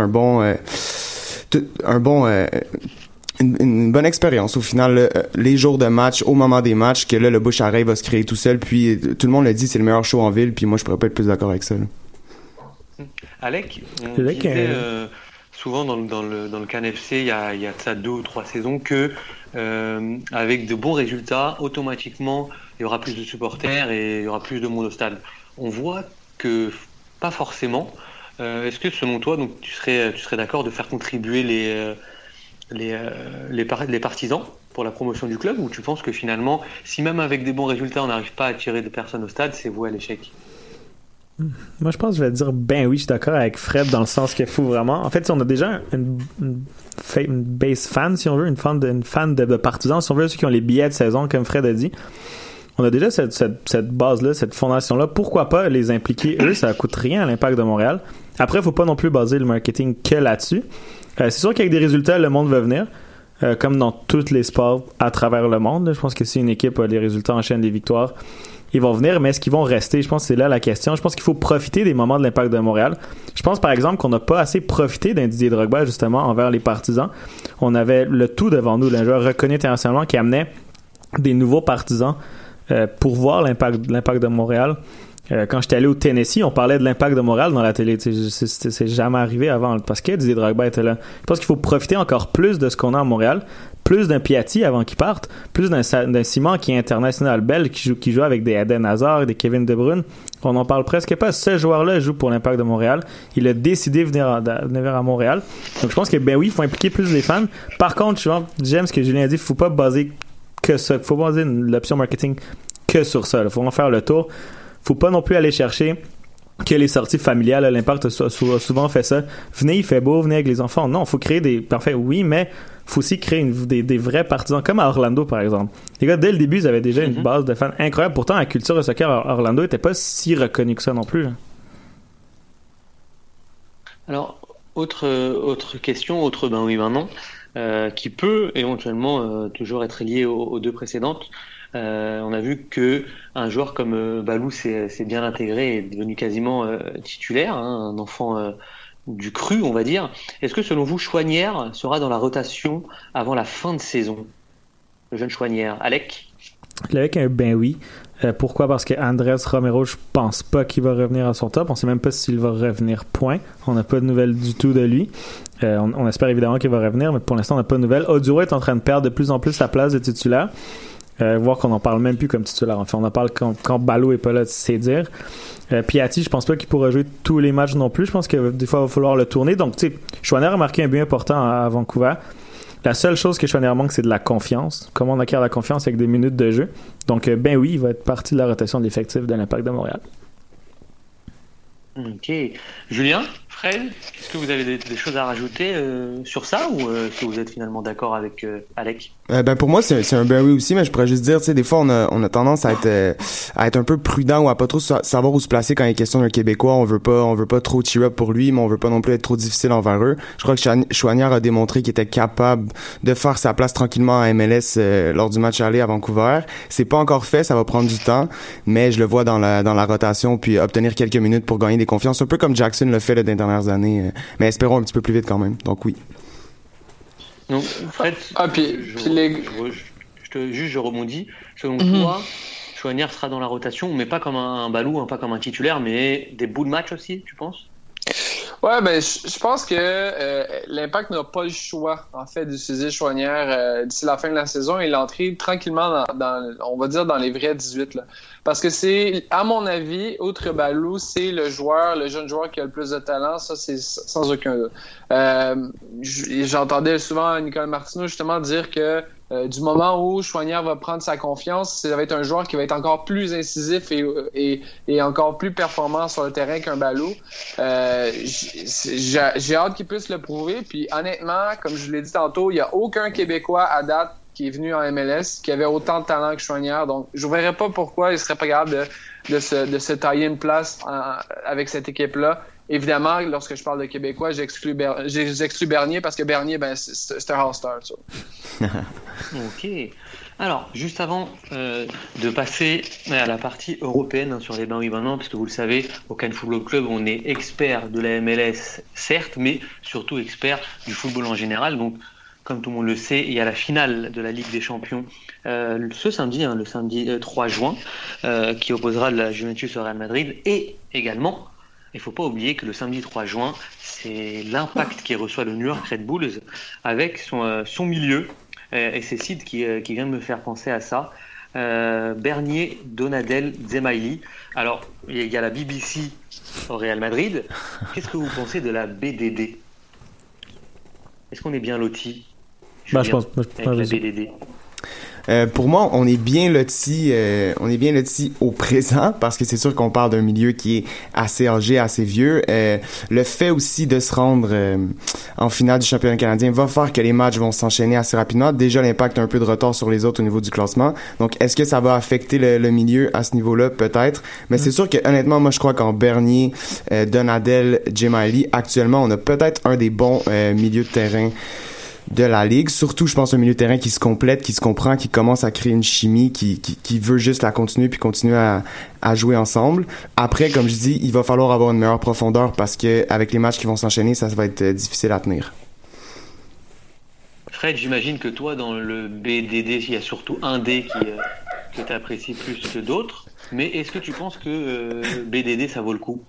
une bonne expérience au final, les jours de match, au moment des matchs, que là, le bouche à oreille va se créer tout seul. Puis tout le monde le dit, c'est le meilleur show en ville. Puis moi, je pourrais pas être plus d'accord avec ça. Là. Alec, on disait souvent dans le CanFC, il y a ça 2 ou 3 saisons que avec de bons résultats, automatiquement, il y aura plus de supporters et il y aura plus de monde au stade. On voit que pas forcément. Est-ce que selon toi, donc tu serais d'accord de faire contribuer les partisans pour la promotion du club, ou tu penses que finalement, si même avec des bons résultats, on n'arrive pas à attirer des personnes au stade, c'est voué à l'échec? Moi, je pense que je vais dire ben oui, je suis d'accord avec Fred dans le sens qu'il faut vraiment. En fait, si on a déjà une base fan, si on veut, une fan de partisans, si on veut, ceux qui ont les billets de saison, comme Fred a dit, on a déjà cette base-là, cette fondation-là. Pourquoi pas les impliquer, eux? Ça coûte rien à l'Impact de Montréal. Après, il faut pas non plus baser le marketing que là-dessus. C'est sûr qu'avec des résultats, le monde va venir. Comme dans tous les sports à travers le monde. Je pense que si une équipe a les résultats, enchaîne des victoires, ils vont venir, mais est-ce qu'ils vont rester? Je pense que c'est là la question. Je pense qu'il faut profiter des moments de l'Impact de Montréal. Je pense, par exemple, qu'on n'a pas assez profité d'un Didier Drogba, justement, envers les partisans. On avait le tout devant nous, un joueur reconnu internationalement qui amenait des nouveaux partisans pour voir l'impact de Montréal. Quand j'étais allé au Tennessee, on parlait de l'Impact de Montréal dans la télé. C'est jamais arrivé avant, parce que Didier Drogba était là. Je pense qu'il faut profiter encore plus de ce qu'on a à Montréal, plus d'un Piatti avant qu'il parte, plus d'un Simon qui est international belge, qui joue avec des Eden Hazard, des Kevin De Bruyne. On n'en parle presque pas. Ce joueur-là joue pour l'Impact de Montréal. Il a décidé de venir à Montréal. Donc je pense que ben oui, il faut impliquer plus les fans. Par contre, j'aime ce que Julien a dit, il ne faut pas baser que ça. Il ne faut pas baser l'option marketing que sur ça. Il faut en faire le tour. Faut pas non plus aller chercher que les sorties familiales. L'Impact a souvent fait ça. Venez, il fait beau, venez avec les enfants. Non, il faut créer des... Parfait, oui, mais il faut aussi créer des vrais partisans, comme à Orlando, par exemple. Les gars, dès le début, ils avaient déjà une base de fans incroyable. Pourtant, la culture de soccer à Orlando n'était pas si reconnue que ça non plus. Là. Alors, autre question, ben oui, ben non, qui peut éventuellement toujours être liée aux deux précédentes. On a vu que un joueur comme Balou s'est bien intégré et est devenu quasiment titulaire, un enfant du cru, on va dire. Est-ce que selon vous, Chouanière sera dans la rotation avant la fin de saison? Le jeune Chouanière. Alec? Avec un ben oui. Pourquoi? Parce que Andrés Romero, je pense pas qu'il va revenir à son top. On sait même pas s'il va revenir, point. On n'a pas de nouvelles du tout de lui. On espère évidemment qu'il va revenir, mais pour l'instant, on n'a pas de nouvelles. Oduro est en train de perdre de plus en plus sa place de titulaire. Voir qu'on n'en parle même plus comme titulaire. Enfin, on en parle quand Ballot est pas là, c'est dire. Piatti, je pense pas qu'il pourra jouer tous les matchs non plus. Je pense que des fois, il va falloir le tourner. Donc, tu sais, Chouanière a marqué un but important à Vancouver. La seule chose que Chouanière manque, c'est de la confiance. Comment on acquiert la confiance avec des minutes de jeu. Donc, ben oui, il va être partie de la rotation de l'effectif de l'Impact de Montréal. Ok. Julien, Fred, est-ce que vous avez des choses à rajouter sur ça, ou est-ce que vous êtes finalement d'accord avec Alec? Ben pour moi c'est un ben oui aussi, mais je pourrais juste dire, tu sais, des fois on a tendance à être un peu prudent ou à pas trop savoir où se placer quand il est question d'un Québécois. On veut pas trop cheer up pour lui, mais on veut pas non plus être trop difficile envers eux. Je crois que Chouanière a démontré qu'il était capable de faire sa place tranquillement à MLS lors du match aller à Vancouver. C'est pas encore fait, ça va prendre du temps, mais je le vois dans la rotation, puis obtenir quelques minutes pour gagner des confiances, un peu comme Jackson l'a fait là, dans les dernières années, mais espérons un petit peu plus vite quand même. Donc oui. Donc, Fred, je je rebondis. Selon toi, Choignard sera dans la rotation, mais pas comme un balou, hein, pas comme un titulaire, mais des bouts de match aussi, tu penses? Ouais, ben je pense que l'Impact n'a pas le choix, en fait, d'utiliser Choignard d'ici la fin de la saison et l'entrer tranquillement dans on va dire, dans les vrais 18, là. Parce que c'est, à mon avis, outre Balou, c'est le jeune joueur qui a le plus de talent, ça c'est sans aucun doute. J'entendais souvent Nicolas Martineau justement dire que du moment où Choignard va prendre sa confiance, ça va être un joueur qui va être encore plus incisif et encore plus performant sur le terrain qu'un Balou. J'ai hâte qu'il puisse le prouver. Puis honnêtement, comme je l'ai dit tantôt, il n'y a aucun Québécois à date qui est venu en MLS qui avait autant de talent que Choignard. Donc je ne verrais pas pourquoi il serait pas capable de se tailler une place avec cette équipe-là. Évidemment, lorsque je parle de Québécois, j'exclus Bernier parce que Bernier, c'est un All-Star. Ok. Alors, juste avant de passer à la partie européenne sur les bains oui maintenant, parce que vous le savez, au Cannes Football Club, on est expert de la MLS, certes, mais surtout expert du football en général. Donc, comme tout le monde le sait, il y a la finale de la Ligue des Champions ce samedi, le samedi 3 juin, qui opposera la Juventus au Real Madrid. Et également, il ne faut pas oublier que le samedi 3 juin, c'est l'Impact qui reçoit le New York Red Bulls avec son milieu. Et c'est Sid qui vient de me faire penser à ça. Bernier, Donadel, Dzemaili. Alors, il y a la BBC au Real Madrid. Qu'est-ce que vous pensez de la BDD? Est-ce qu'on est bien lotis? Je pense avec la BDD. Pour moi, on est bien lotis au présent parce que c'est sûr qu'on parle d'un milieu qui est assez âgé, assez vieux. Le fait aussi de se rendre en finale du championnat canadien va faire que les matchs vont s'enchaîner assez rapidement. Déjà, l'Impact a un peu de retard sur les autres au niveau du classement. Donc, est-ce que ça va affecter le milieu à ce niveau-là? Peut-être. Mais c'est sûr que honnêtement, moi, je crois qu'en Bernier, Donadel, Dzemaili, actuellement, on a peut-être un des bons milieux de terrain de la Ligue. Surtout, je pense, un milieu de terrain qui se complète, qui se comprend, qui commence à créer une chimie, qui veut juste la continuer puis continuer à jouer ensemble. Après, comme je dis, il va falloir avoir une meilleure profondeur parce que avec les matchs qui vont s'enchaîner, ça va être difficile à tenir. Fred, j'imagine que toi, dans le BDD, il y a surtout un D que tu apprécies plus que d'autres. Mais est-ce que tu penses que BDD, ça vaut le coup?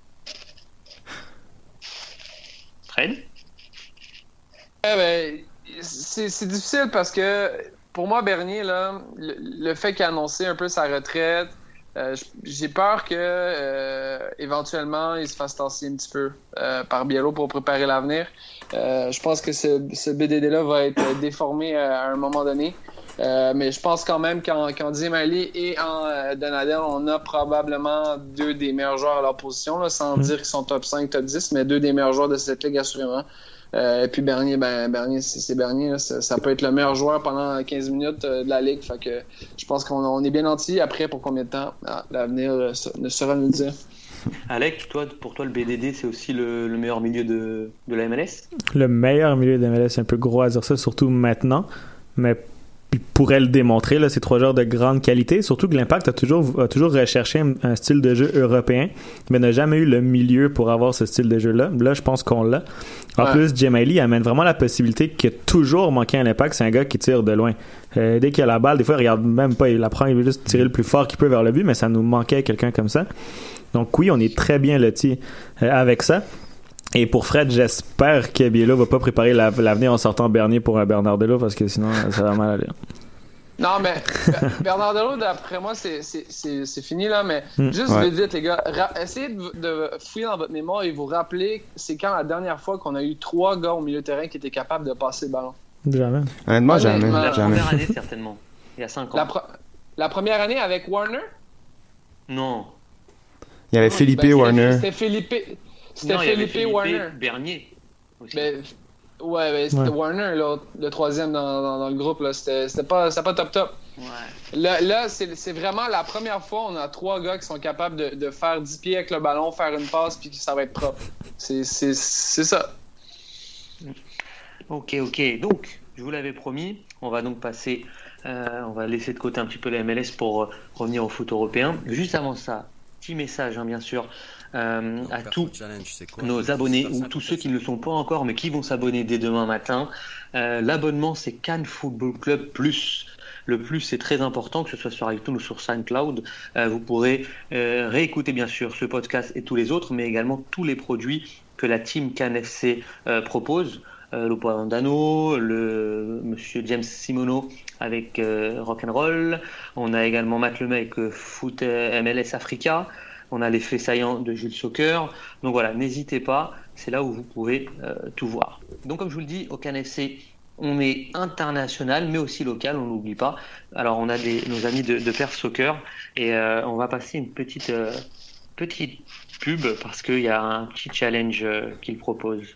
Fred? C'est difficile parce que pour moi, Bernier, là, le fait qu'il a annoncé un peu sa retraite, j'ai peur que éventuellement il se fasse tasser un petit peu par Biello pour préparer l'avenir. Je pense que ce BDD-là va être déformé à un moment donné. Mais je pense quand même qu'en Dzemaili et en Donadel, on a probablement deux des meilleurs joueurs à leur position, là, sans dire qu'ils sont top 5, top 10, mais deux des meilleurs joueurs de cette ligue assurément. Et puis Bernier, c'est Bernier, là, ça peut être le meilleur joueur pendant 15 minutes de la ligue. Fait que je pense qu'on est bien nantis. Après, pour combien de temps? L'avenir ne saura nous le dire. Alec, pour toi, le BDD, c'est aussi le meilleur milieu de la MLS? Le meilleur milieu de la MLS, c'est un peu gros à dire ça, surtout maintenant. Mais il pourrait le démontrer, là, ces trois joueurs de grande qualité. Surtout que l'Impact a toujours recherché un style de jeu européen, mais n'a jamais eu le milieu pour avoir ce style de jeu-là. Là, je pense qu'on l'a. En plus, Dzemaili amène vraiment la possibilité qui a toujours manqué à l'Impact. C'est un gars qui tire de loin. Dès qu'il a la balle, des fois, il regarde même pas, il la prend, il veut juste tirer le plus fort qu'il peut vers le but, mais ça nous manquait quelqu'un comme ça. Donc oui, on est très bien lotis avec ça. Et pour Fred, j'espère que Biello va pas préparer l'avenir en sortant Bernier pour un Bernardello parce que sinon ça va mal aller. Non, mais Bernardello, d'après moi, c'est fini là, mais juste vite, les gars, essayez de fouiller dans votre mémoire et vous rappeler c'est quand la dernière fois qu'on a eu 3 gars au milieu de terrain qui étaient capables de passer le ballon. Jamais. Honnêtement, jamais. La première année, certainement. Il y a 5 ans. La première année avec Warner? Non. Il y avait Felipe Warner. C'était Felipe Warner. Bernier aussi. C'était Warner, le troisième dans le groupe. Là. C'était pas top. Ouais. Là c'est vraiment la première fois on a 3 gars qui sont capables de faire 10 pieds avec le ballon, faire une passe, puis que ça va être propre. C'est ça. Ok. Donc, je vous l'avais promis, on va donc passer... on va laisser de côté un petit peu la MLS pour revenir au foot européen. Juste avant ça, petit message, bien sûr, à tous nos abonnés ou tous ceux qui ne le sont pas encore mais qui vont s'abonner dès demain matin. L'abonnement, c'est Cannes Football Club Plus. le plus c'est très important, que ce soit sur iTunes ou sur SoundCloud. Vous pourrez réécouter bien sûr ce podcast et tous les autres, mais également tous les produits que la team CanFC propose. Le Poirandano, le monsieur James Simoneau avec Rock'n'Roll. On a également Matt Lemay avec Foot MLS Africa. On a l'effet saillant de Jules Soccer. Donc voilà, n'hésitez pas, c'est là où vous pouvez tout voir. Donc comme je vous le dis, au CanFC, on est international, mais aussi local, on n'oublie pas. Alors on a nos amis de Perf Soccer et on va passer une petite pub parce qu'il y a un petit challenge qu'ils proposent.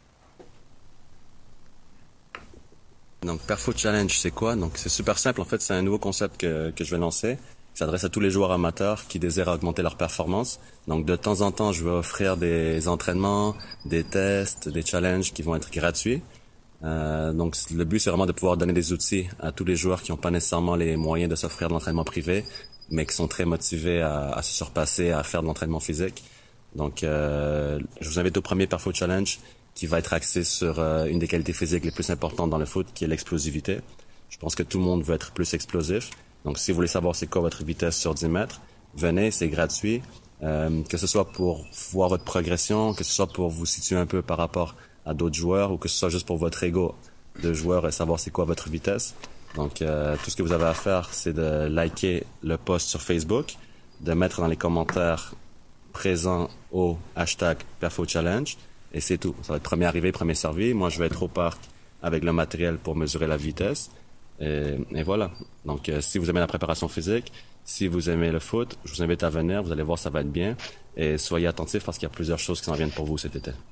Donc Perfoot Challenge, c'est quoi? Donc c'est super simple, en fait c'est un nouveau concept que je vais lancer, qui s'adresse à tous les joueurs amateurs qui désirent augmenter leur performance. Donc de temps en temps, je vais offrir des entraînements, des tests, des challenges qui vont être gratuits. Donc le but c'est vraiment de pouvoir donner des outils à tous les joueurs qui n'ont pas nécessairement les moyens de s'offrir de l'entraînement privé, mais qui sont très motivés à se surpasser, à faire de l'entraînement physique. Donc je vous invite au premier Perfoot Challenge, qui va être axé sur une des qualités physiques les plus importantes dans le foot, qui est l'explosivité. Je pense que tout le monde veut être plus explosif. Donc, si vous voulez savoir c'est quoi votre vitesse sur 10 mètres, venez, c'est gratuit. Que ce soit pour voir votre progression, que ce soit pour vous situer un peu par rapport à d'autres joueurs, ou que ce soit juste pour votre ego de joueur et savoir c'est quoi votre vitesse. Donc, tout ce que vous avez à faire, c'est de liker le post sur Facebook, de mettre dans les commentaires présents au hashtag Perfoot Challenge. Et c'est tout. Ça va être premier arrivé, premier servi. Moi, je vais être au parc avec le matériel pour mesurer la vitesse. Et voilà. Donc, si vous aimez la préparation physique, si vous aimez le foot, je vous invite à venir. Vous allez voir, ça va être bien. Et soyez attentifs parce qu'il y a plusieurs choses qui s'en viennent pour vous cet été.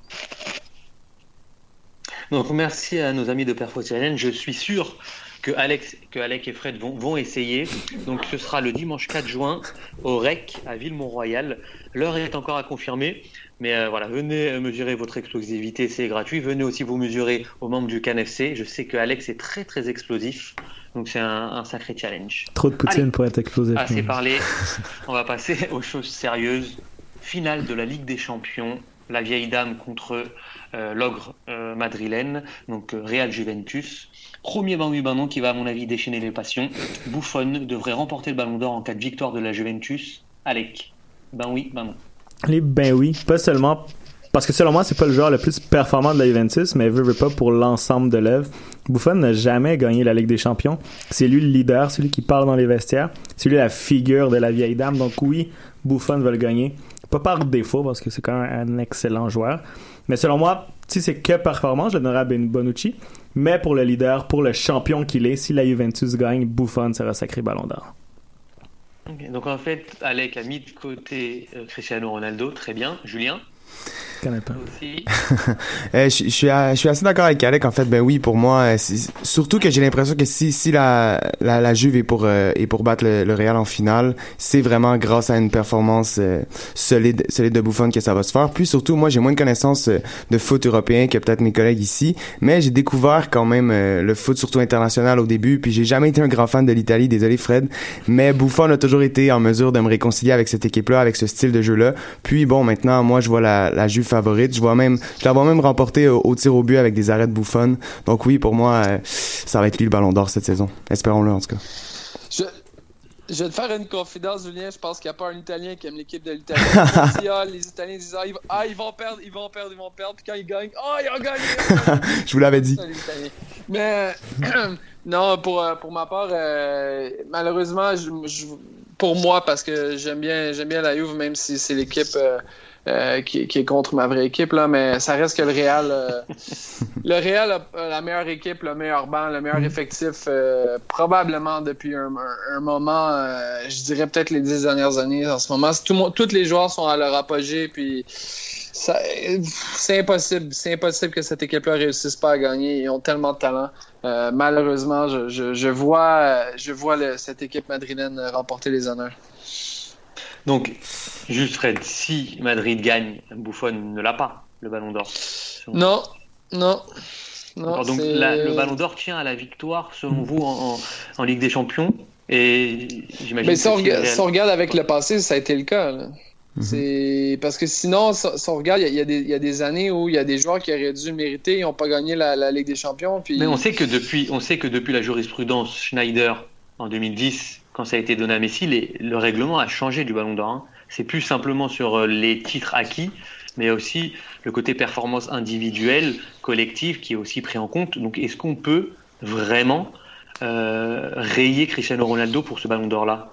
Donc, merci à nos amis de Perfoot Challenge. Je suis sûr que Alec et Fred vont essayer. Donc, ce sera le dimanche 4 juin au REC à Ville-Mont-Royal. L'heure est encore à confirmer. Mais voilà, venez mesurer votre explosivité, c'est gratuit. Venez aussi vous mesurer aux membres du CanFC. Je sais que Alex est très très explosif, donc c'est un sacré challenge. Trop de poutine pour être explosif. Assez parlé, on va passer aux choses sérieuses. Finale de la Ligue des Champions, la vieille dame contre l'ogre madrilène, donc Real Juventus. Premier ben oui ben non qui va à mon avis déchaîner les passions. Buffon devrait remporter le Ballon d'Or en cas de victoire de la Juventus. Alec, ben oui ben non. Ben oui, pas seulement parce que selon moi c'est pas le joueur le plus performant de la Juventus, mais veut pas pour l'ensemble de l'œuvre. Buffon n'a jamais gagné la Ligue des Champions. C'est lui le leader, celui qui parle dans les vestiaires, c'est lui la figure de la vieille dame. Donc oui, Buffon va le gagner, pas par défaut parce que c'est quand même un excellent joueur. Mais selon moi, si c'est que performance, je le donnerais à Bonucci. Mais pour le leader, pour le champion qu'il est, si la Juventus gagne, Buffon sera sacré Ballon d'Or. Okay, donc en fait, Alec a mis de côté Cristiano Ronaldo, très bien. Julien? Je connais pas. Aussi. Je suis assez d'accord avec Alec. En fait, ben oui, pour moi, surtout que j'ai l'impression que si la Juve est pour battre le Real en finale, c'est vraiment grâce à une performance solide de Buffon que ça va se faire. Puis surtout, moi, j'ai moins de connaissances de foot européen que peut-être mes collègues ici, mais j'ai découvert quand même le foot surtout international au début. Puis j'ai jamais été un grand fan de l'Italie, désolé Fred, mais Buffon a toujours été en mesure de me réconcilier avec cette équipe-là, avec ce style de jeu-là. Puis bon, maintenant, moi, je vois la Juve favorite. Je la vois même remporter au tir au but avec des arrêts de Buffon. Donc oui, pour moi, ça va être lui le Ballon d'Or cette saison. Espérons-le en tout cas. Je vais te faire une confidence, Julien. Je pense qu'il n'y a pas un Italien qui aime l'équipe de l'Italie. Les Italiens disent ils vont perdre. Puis quand ils gagnent, ils ont gagné. Je vous l'avais dit. Mais non, pour ma part, malheureusement, pour moi, parce que j'aime bien la Juve, même si c'est l'équipe qui est contre ma vraie équipe, là, mais ça reste que le Real a la meilleure équipe, le meilleur banc, le meilleur effectif probablement depuis un moment, je dirais peut-être les 10 dernières années. En ce moment, tous les joueurs sont à leur apogée, puis c'est impossible que cette équipe-là réussisse pas à gagner. Ils ont tellement de talent. Malheureusement, je vois cette équipe madrilène remporter les honneurs. Donc, juste Fred, si Madrid gagne, Buffon ne l'a pas, le Ballon d'Or. Non. Alors, donc le Ballon d'Or tient à la victoire, selon vous, en Ligue des Champions. Et j'imagine. Mais si on regarde avec le passé, ça a été le cas. Là. C'est parce que sinon, si on regarde, il y a des années où il y a des joueurs qui auraient dû mériter, ils n'ont pas gagné la Ligue des Champions. Puis... Mais on sait que depuis la jurisprudence Schneider, en 2010, quand ça a été donné à Messi, le règlement a changé du Ballon d'Or. Hein. C'est plus simplement sur les titres acquis, mais aussi le côté performance individuelle, collective, qui est aussi pris en compte. Donc, est-ce qu'on peut vraiment rayer Cristiano Ronaldo pour ce Ballon d'Or-là?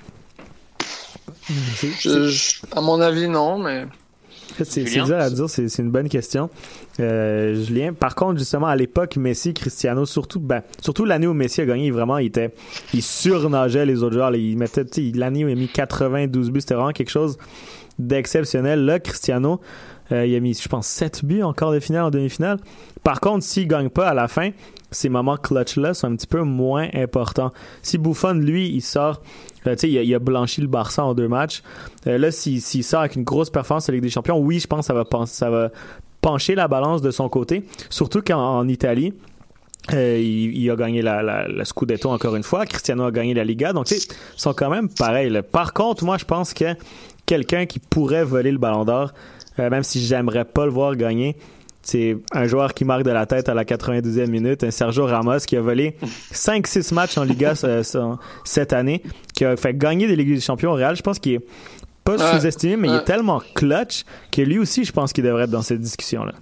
À mon avis, non, mais... C'est dur à dire, c'est une bonne question. Julien, par contre, justement, à l'époque, Messi, Cristiano, surtout l'année où Messi a gagné, vraiment, il surnageait les autres joueurs. L'année où il a mis 92 buts, c'était vraiment quelque chose d'exceptionnel. Là, Cristiano, il a mis, je pense, 7 buts en quart de finale, en demi-finale. Par contre, s'il gagne pas à la fin, ces moments clutch-là sont un petit peu moins importants. Si Buffon, lui, il sort... il a blanchi le Barça en 2 matchs. Là, s'il sort avec une grosse performance à la Ligue des Champions, oui, je pense que ça va pencher la balance de son côté. Surtout qu'en Italie, il a gagné la Scudetto encore une fois. Cristiano a gagné la Liga. Donc, ils sont quand même pareils. Là. Par contre, moi, je pense que quelqu'un qui pourrait voler le Ballon d'Or, même si j'aimerais pas le voir gagner, c'est un joueur qui marque de la tête à la 92e minute, un Sergio Ramos qui a volé 5-6 matchs en Liga cette année, qui a fait gagner des Ligues des Champions au Real. Je pense qu'il est pas sous-estimé, mais il est tellement clutch que lui aussi, je pense qu'il devrait être dans cette discussion-là.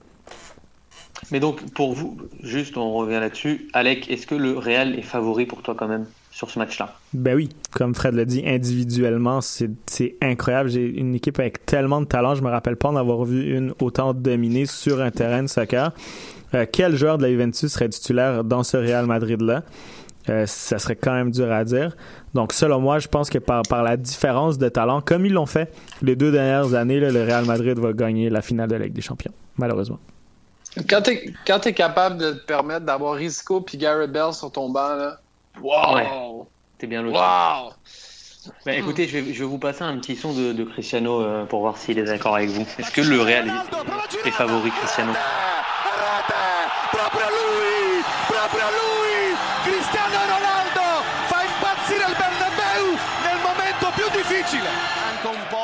Mais donc, pour vous, juste on revient là-dessus, Alec, est-ce que le Real est favori pour toi quand même sur ce match-là? Ben oui, comme Fred l'a dit, individuellement, c'est incroyable. J'ai une équipe avec tellement de talent, je me rappelle pas en avoir vu une autant dominée sur un terrain de soccer. Quel joueur de la Juventus serait titulaire dans ce Real Madrid-là? Ça serait quand même dur à dire. Donc, selon moi, je pense que par la différence de talent, comme ils l'ont fait les 2 dernières années, là, le Real Madrid va gagner la finale de la Ligue des Champions, malheureusement. Quand t'es capable de te permettre d'avoir Risco puis Gareth Bale sur ton banc, là, wow! Ouais, t'es bien logique. Wow! Ben, écoutez, je vais vous passer un petit son de Cristiano pour voir s'il est d'accord avec vous. Est-ce que le Real est favori, Cristiano? Proprio lui! Cristiano Ronaldo fa impazzire il Bernabéu nel momento più difficile. Anche un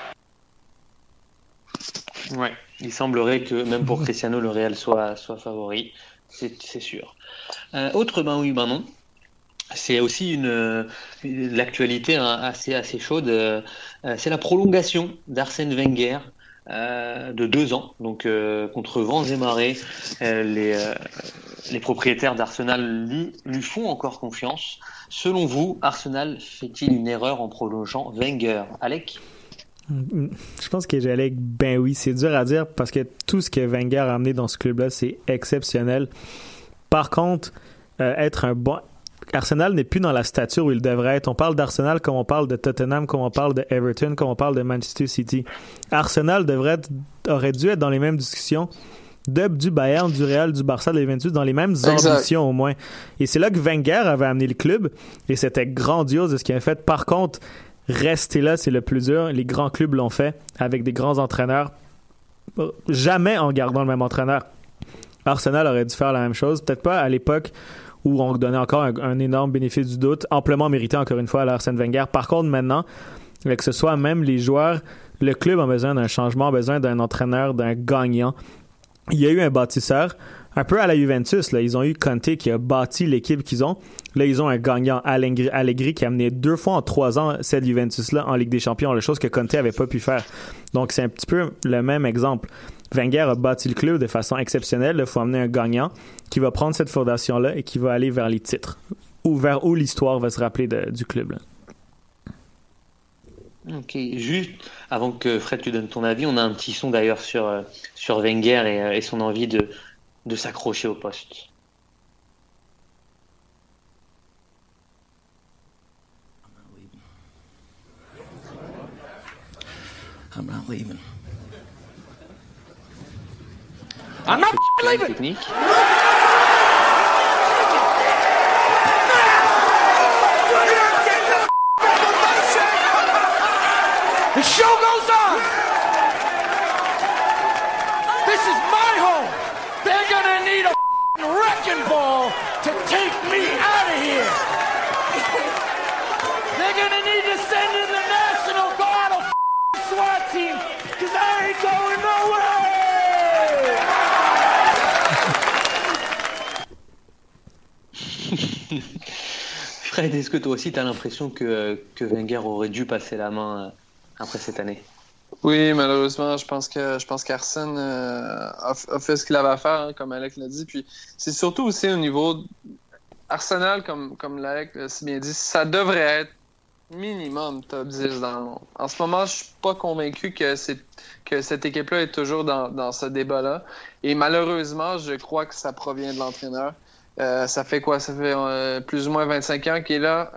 po'. Ouais, il semblerait que même pour Cristiano, le Real soit favori, c'est sûr. Autre non. C'est aussi l'actualité assez chaude. C'est la prolongation d'Arsène Wenger de 2 ans. Donc contre vents et marées, les propriétaires d'Arsenal lui font encore confiance. Selon vous, Arsenal fait-il une erreur en prolongeant Wenger? Alec? Je pense que j'allais avec ben oui. C'est dur à dire parce que tout ce que Wenger a amené dans ce club-là, c'est exceptionnel. Par contre, être un bon... Arsenal n'est plus dans la stature où il devrait être. On parle d'Arsenal comme on parle de Tottenham, comme on parle de Everton, comme on parle de Manchester City. Arsenal aurait dû être dans les mêmes discussions du Bayern, du Real, du Barça, de la Juventus, dans les mêmes ambitions au moins. Et c'est là que Wenger avait amené le club et c'était grandiose de ce qu'il avait fait. Par contre, rester là, c'est le plus dur. Les grands clubs l'ont fait avec des grands entraîneurs, jamais en gardant le même entraîneur. Arsenal aurait dû faire la même chose. Peut-être pas à l'époque où on donnait encore un énorme bénéfice du doute, amplement mérité encore une fois à Arsène Wenger. Par contre, maintenant, que ce soit même les joueurs, le club a besoin d'un changement, a besoin d'un entraîneur, d'un gagnant. Il y a eu un bâtisseur, un peu à la Juventus. Là. Ils ont eu Conte qui a bâti l'équipe qu'ils ont. Là, ils ont un gagnant, Allegri, qui a amené 2 fois en 3 ans cette Juventus-là en Ligue des Champions, la chose que Conte n'avait pas pu faire. Donc, c'est un petit peu le même exemple. Wenger a bâti le club de façon exceptionnelle. Il faut amener un gagnant qui va prendre cette fondation-là et qui va aller vers les titres, ou vers où l'histoire va se rappeler du club. Là. Ok, juste avant que Fred tu donnes ton avis, on a un petit son d'ailleurs sur Wenger et son envie de s'accrocher au poste. I'm not leaving. I'm not leaving. Technique. The show goes on. This is my home. They're gonna need a wrecking ball to take me out of here. They're gonna need to send in the National Guard of SWAT team, because I ain't going nowhere. Fred, est-ce que toi aussi tu as l'impression que Wenger aurait dû passer la main après cette année? Oui, malheureusement, je pense qu'Arsène a fait ce qu'il avait à faire, hein, comme Alec l'a dit. Puis c'est surtout aussi au niveau Arsenal, comme Alec l'a si bien dit, ça devrait être minimum top 10 dans le monde. En ce moment, je suis pas convaincu que cette équipe-là est toujours dans ce débat-là. Et malheureusement, je crois que ça provient de l'entraîneur. Ça fait quoi? Ça fait plus ou moins 25 ans qu'il est là.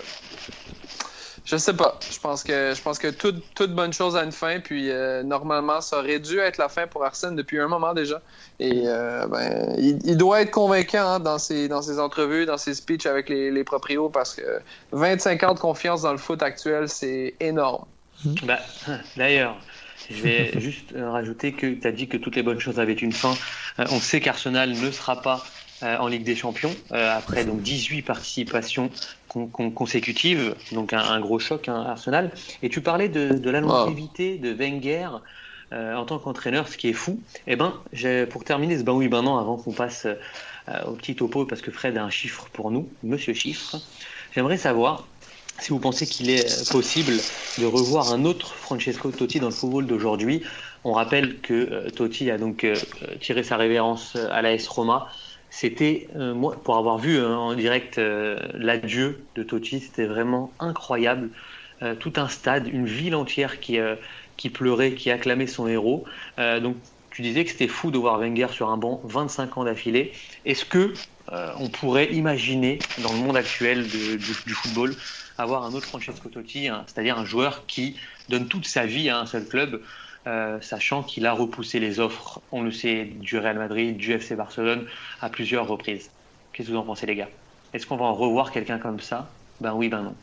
Je sais pas. Je pense que toute bonne chose a une fin. Puis normalement, ça aurait dû être la fin pour Arsène depuis un moment déjà. Et il doit être convaincant, hein, dans ses entrevues, dans ses speeches avec les proprios, parce que 25 ans de confiance dans le foot actuel, c'est énorme. D'ailleurs, je vais juste rajouter que tu as dit que toutes les bonnes choses avaient une fin. On sait qu'Arsenal ne sera pas en Ligue des Champions après donc 18 participations consécutives, donc un gros choc, hein, Arsenal. Et tu parlais de la longévité de Wenger en tant qu'entraîneur, ce qui est fou. Pour terminer ce oui ben non, avant qu'on passe au petit topo, parce que Fred a un chiffre pour nous, Monsieur Chiffre, j'aimerais savoir si vous pensez qu'il est possible de revoir un autre Francesco Totti dans le football d'aujourd'hui. On rappelle que Totti a donc tiré sa révérence à l'AS Roma. C'était, moi, pour avoir vu en direct l'adieu de Totti, c'était vraiment incroyable. Tout un stade, une ville entière qui pleurait, qui acclamait son héros. Donc, tu disais que c'était fou de voir Wenger sur un banc 25 ans d'affilée. Est-ce que on pourrait imaginer, dans le monde actuel du football, avoir un autre Francesco Totti, c'est-à-dire un joueur qui donne toute sa vie à un seul club, sachant qu'il a repoussé les offres, on le sait, du Real Madrid, du FC Barcelone à plusieurs reprises. Qu'est-ce que vous en pensez, les gars? Est-ce qu'on va en revoir quelqu'un comme ça? Ben oui, ben non.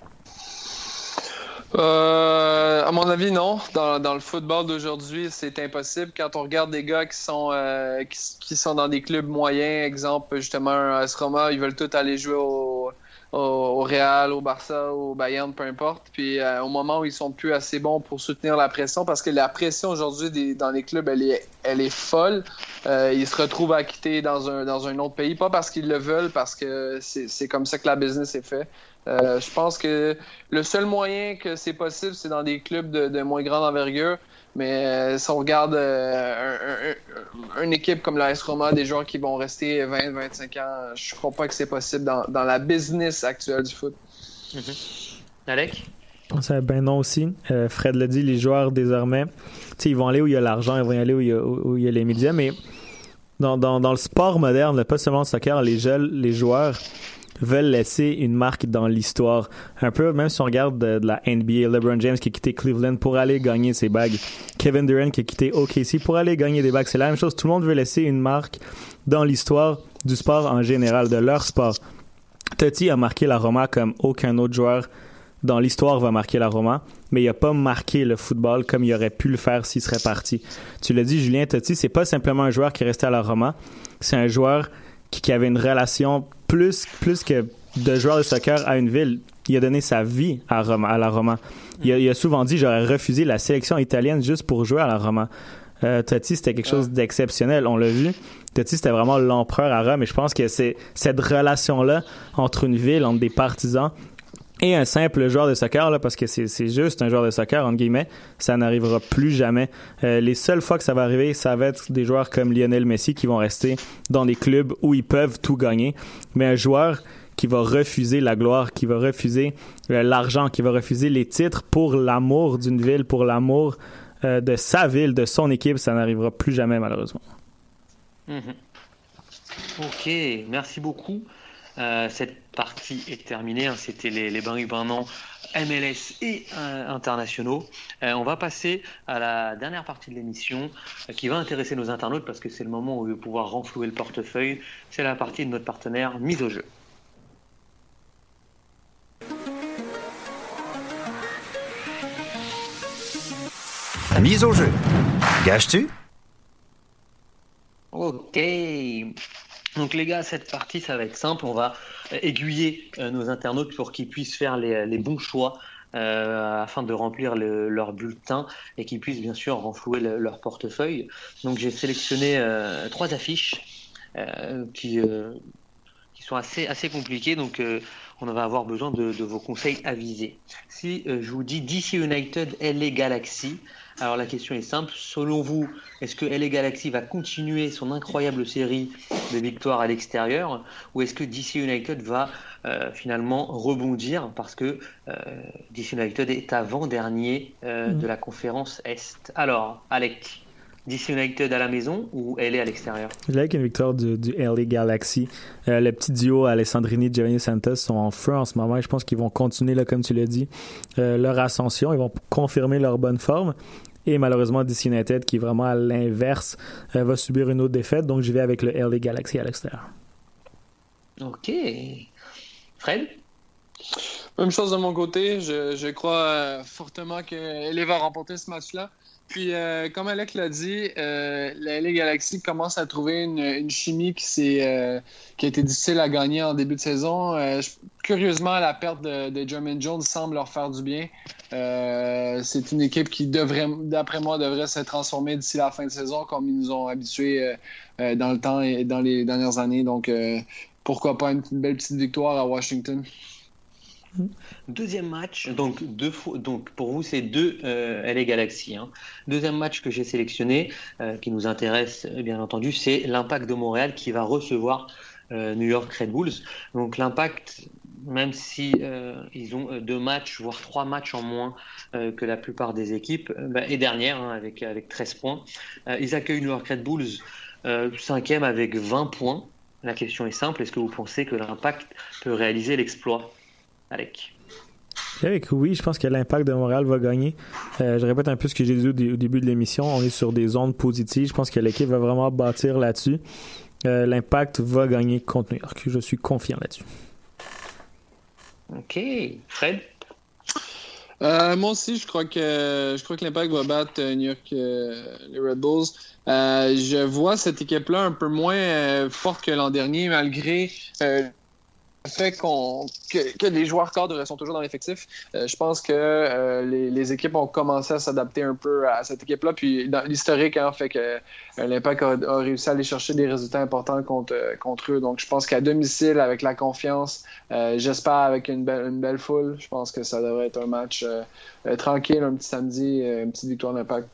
À mon avis, non. Dans le football d'aujourd'hui, c'est impossible. Quand on regarde des gars qui sont dans des clubs moyens, exemple justement un AS Roma, ils veulent tous aller jouer au Real, au Barça, au Bayern, peu importe. Puis au moment où ils sont plus assez bons pour soutenir la pression, parce que la pression aujourd'hui dans les clubs, elle est folle. Ils se retrouvent à quitter dans un autre pays, pas parce qu'ils le veulent, parce que c'est comme ça que la business est fait. Je pense que le seul moyen que c'est possible, c'est dans des clubs de moins grande envergure. Mais si on regarde une équipe comme l'AS Roma, des joueurs qui vont rester 20-25 ans, je crois pas que c'est possible dans la business actuelle du foot. Alec? Ben non aussi. Fred l'a dit, les joueurs désormais, ils vont aller où il y a l'argent, ils vont aller où il y a les médias, mais dans le sport moderne, pas seulement le soccer, les joueurs veulent laisser une marque dans l'histoire. Un peu, même si on regarde de la NBA, LeBron James qui a quitté Cleveland pour aller gagner ses bagues, Kevin Durant qui a quitté OKC pour aller gagner des bagues, c'est la même chose. Tout le monde veut laisser une marque dans l'histoire du sport en général, de leur sport. Totti a marqué la Roma comme aucun autre joueur dans l'histoire va marquer la Roma, mais il n'a pas marqué le football comme il aurait pu le faire s'il serait parti. Tu l'as dit, Julien, Totti, c'est pas simplement un joueur qui est resté à la Roma, c'est un joueur qui avait une relation plus que de joueur de soccer à une ville. Il a donné sa vie à la Roma. Il a souvent dit, j'aurais refusé la sélection italienne juste pour jouer à la Roma. Totti, c'était quelque chose d'exceptionnel. On l'a vu. Totti, c'était vraiment l'empereur à Rome. Et je pense que c'est cette relation-là entre une ville, entre des partisans et un simple joueur de soccer, là, parce que c'est juste un joueur de soccer, entre guillemets, ça n'arrivera plus jamais. Les seules fois que ça va arriver, ça va être des joueurs comme Lionel Messi qui vont rester dans des clubs où ils peuvent tout gagner. Mais un joueur qui va refuser la gloire, qui va refuser l'argent, qui va refuser les titres pour l'amour d'une ville, pour l'amour de sa ville, de son équipe, ça n'arrivera plus jamais, malheureusement. Ok, merci beaucoup. Cette partie est terminée, hein. C'était les bains MLS et internationaux. On va passer à la dernière partie de l'émission qui va intéresser nos internautes parce que c'est le moment où ils vont pouvoir renflouer le portefeuille. C'est la partie de notre partenaire Mise au jeu. Mise au jeu. Gages-tu? Ok. Donc les gars, cette partie, ça va être simple. On va aiguiller nos internautes pour qu'ils puissent faire les bons choix afin de remplir leur bulletin et qu'ils puissent bien sûr renflouer leur portefeuille. Donc j'ai sélectionné 3 affiches qui sont assez compliqués, donc on va avoir besoin de vos conseils avisés. Si je vous dis DC United LA Galaxy, alors la question est simple, selon vous, est-ce que LA Galaxy va continuer son incroyable série de victoires à l'extérieur, ou est-ce que DC United va finalement rebondir, parce que DC United est avant-dernier de la conférence Est. Alors, Alec, DC United à la maison ou LA à l'extérieur? Je like une victoire du LA Galaxy. Le petit duo Alessandrini et Giovanni Santos sont en feu en ce moment et je pense qu'ils vont continuer, là, comme tu l'as dit, leur ascension. Ils vont confirmer leur bonne forme. Et malheureusement, DC United, qui est vraiment à l'inverse, va subir une autre défaite. Donc, je vais avec le LA Galaxy à l'extérieur. OK. Fred? Même chose de mon côté. Je crois fortement que LA va remporter ce match-là. Puis, comme Alec l'a dit, la LA Galaxy commence à trouver une chimie qui a été difficile à gagner en début de saison. Curieusement, la perte de Jermaine Jones semble leur faire du bien. C'est une équipe qui d'après moi, devrait se transformer d'ici la fin de saison, comme ils nous ont habitués dans le temps et dans les dernières années. Donc, pourquoi pas une belle petite victoire à Washington? Deuxième match, donc pour vous c'est deux LA Galaxy. Deuxième match que j'ai sélectionné, qui nous intéresse bien entendu, c'est l'Impact de Montréal qui va recevoir New York Red Bulls. Donc l'Impact, même si ils ont 2 matchs, voire 3 matchs en moins que la plupart des équipes, est dernière avec 13 points. Ils accueillent New York Red Bulls 5e avec 20 points. La question est simple, est-ce que vous pensez que l'Impact peut réaliser l'exploit? Alec. Oui, je pense que l'Impact de Montréal va gagner. Je répète un peu ce que j'ai dit au début de l'émission. On est sur des ondes positives. Je pense que l'équipe va vraiment bâtir là-dessus. L'Impact va gagner contre New York. Je suis confiant là-dessus. OK. Fred? Moi aussi, je crois que l'Impact va battre New York, les Red Bulls. Je vois cette équipe-là un peu moins forte que l'an dernier, malgré le fait que les joueurs cadres sont toujours dans l'effectif. Je pense que les équipes ont commencé à s'adapter un peu à cette équipe-là. Puis dans l'historique fait que l'Impact a réussi à aller chercher des résultats importants contre eux. Donc je pense qu'à domicile, avec la confiance, j'espère avec une belle foule, je pense que ça devrait être un match tranquille, un petit samedi, une petite victoire d'Impact.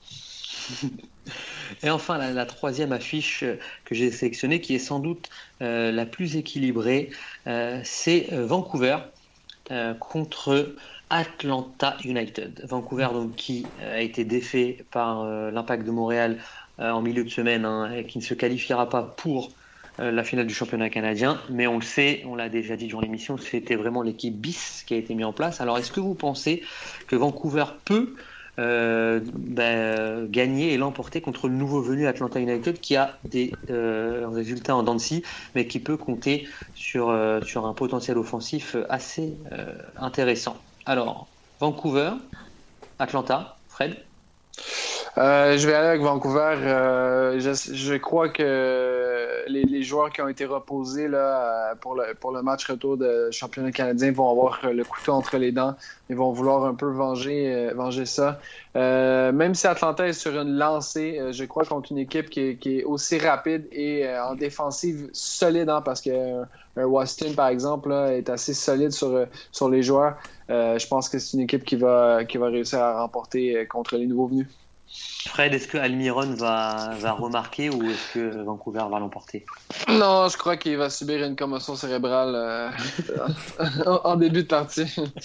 Et enfin, la troisième affiche que j'ai sélectionnée, qui est sans doute la plus équilibrée, c'est Vancouver contre Atlanta United. Vancouver, donc, qui a été défait par l'Impact de Montréal en milieu de semaine, et qui ne se qualifiera pas pour la finale du championnat canadien. Mais on le sait, on l'a déjà dit durant l'émission, c'était vraiment l'équipe bis qui a été mise en place. Alors, est-ce que vous pensez que Vancouver peut gagner et l'emporter contre le nouveau venu Atlanta United, qui a des résultats en dents de scie, mais qui peut compter sur un potentiel offensif assez intéressant? Alors, Vancouver, Atlanta, Fred? Je vais aller avec Vancouver. Je crois que les joueurs qui ont été reposés là, pour le match retour de championnat canadien vont avoir le couteau entre les dents. Ils vont vouloir un peu venger ça. Même si Atlanta est sur une lancée, je crois contre une équipe qui est aussi rapide et en défensive solide, parce que Washington, par exemple, là, est assez solide sur les joueurs. Je pense que c'est une équipe qui va réussir à remporter contre les nouveaux venus. Fred, est-ce que Almiron va remarquer ou est-ce que Vancouver va l'emporter? Non, je crois qu'il va subir une commotion cérébrale en début de partie.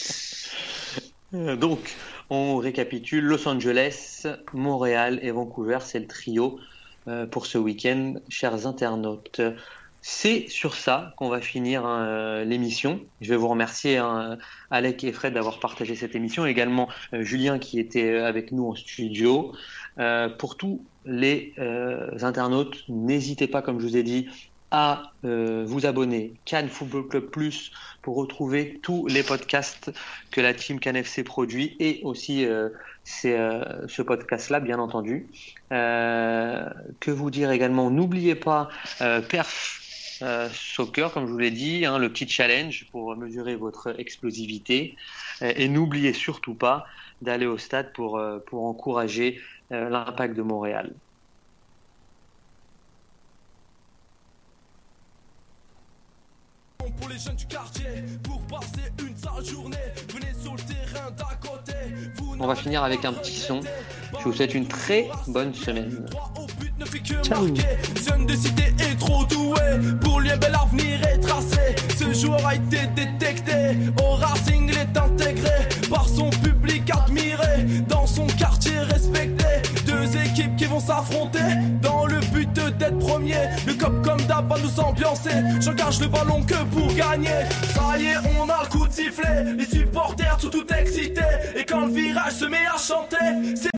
Donc, on récapitule. Los Angeles, Montréal et Vancouver, c'est le trio pour ce week-end, chers internautes. C'est sur ça qu'on va finir l'émission. Je vais vous remercier, Alec et Fred, d'avoir partagé cette émission. Également Julien qui était avec nous en studio. Pour tous les internautes, n'hésitez pas, comme je vous ai dit, à vous abonner Cannes Football Club Plus pour retrouver tous les podcasts que la team Cannes FC produit et aussi ce podcast-là, bien entendu. Que vous dire également, n'oubliez pas Perf Soccer, comme je vous l'ai dit, le petit challenge pour mesurer votre explosivité. Et n'oubliez surtout pas d'aller au stade pour encourager l'Impact de Montréal. pour les jeunes du quartier. Pour passer une sale journée, venez sur le terrain d'à côté. On va finir avec un petit son. Je vous souhaite une très bonne semaine. Ciao. Jeune de cité est trop doué. Pour lui un bel avenir est tracé. Ce joueur a été détecté. Au Racing il est intégré par son public admiré. Dans son quartier respecté. Deux équipes qui vont s'affronter dans le but d'être premier. Le cop comme d'hab va nous ambiancer. J'engage le ballon que pour gagner. Ça y est, on a le coup de sifflet. Les supporters sont tout excités. Et quand le virage se met à chanter, c'est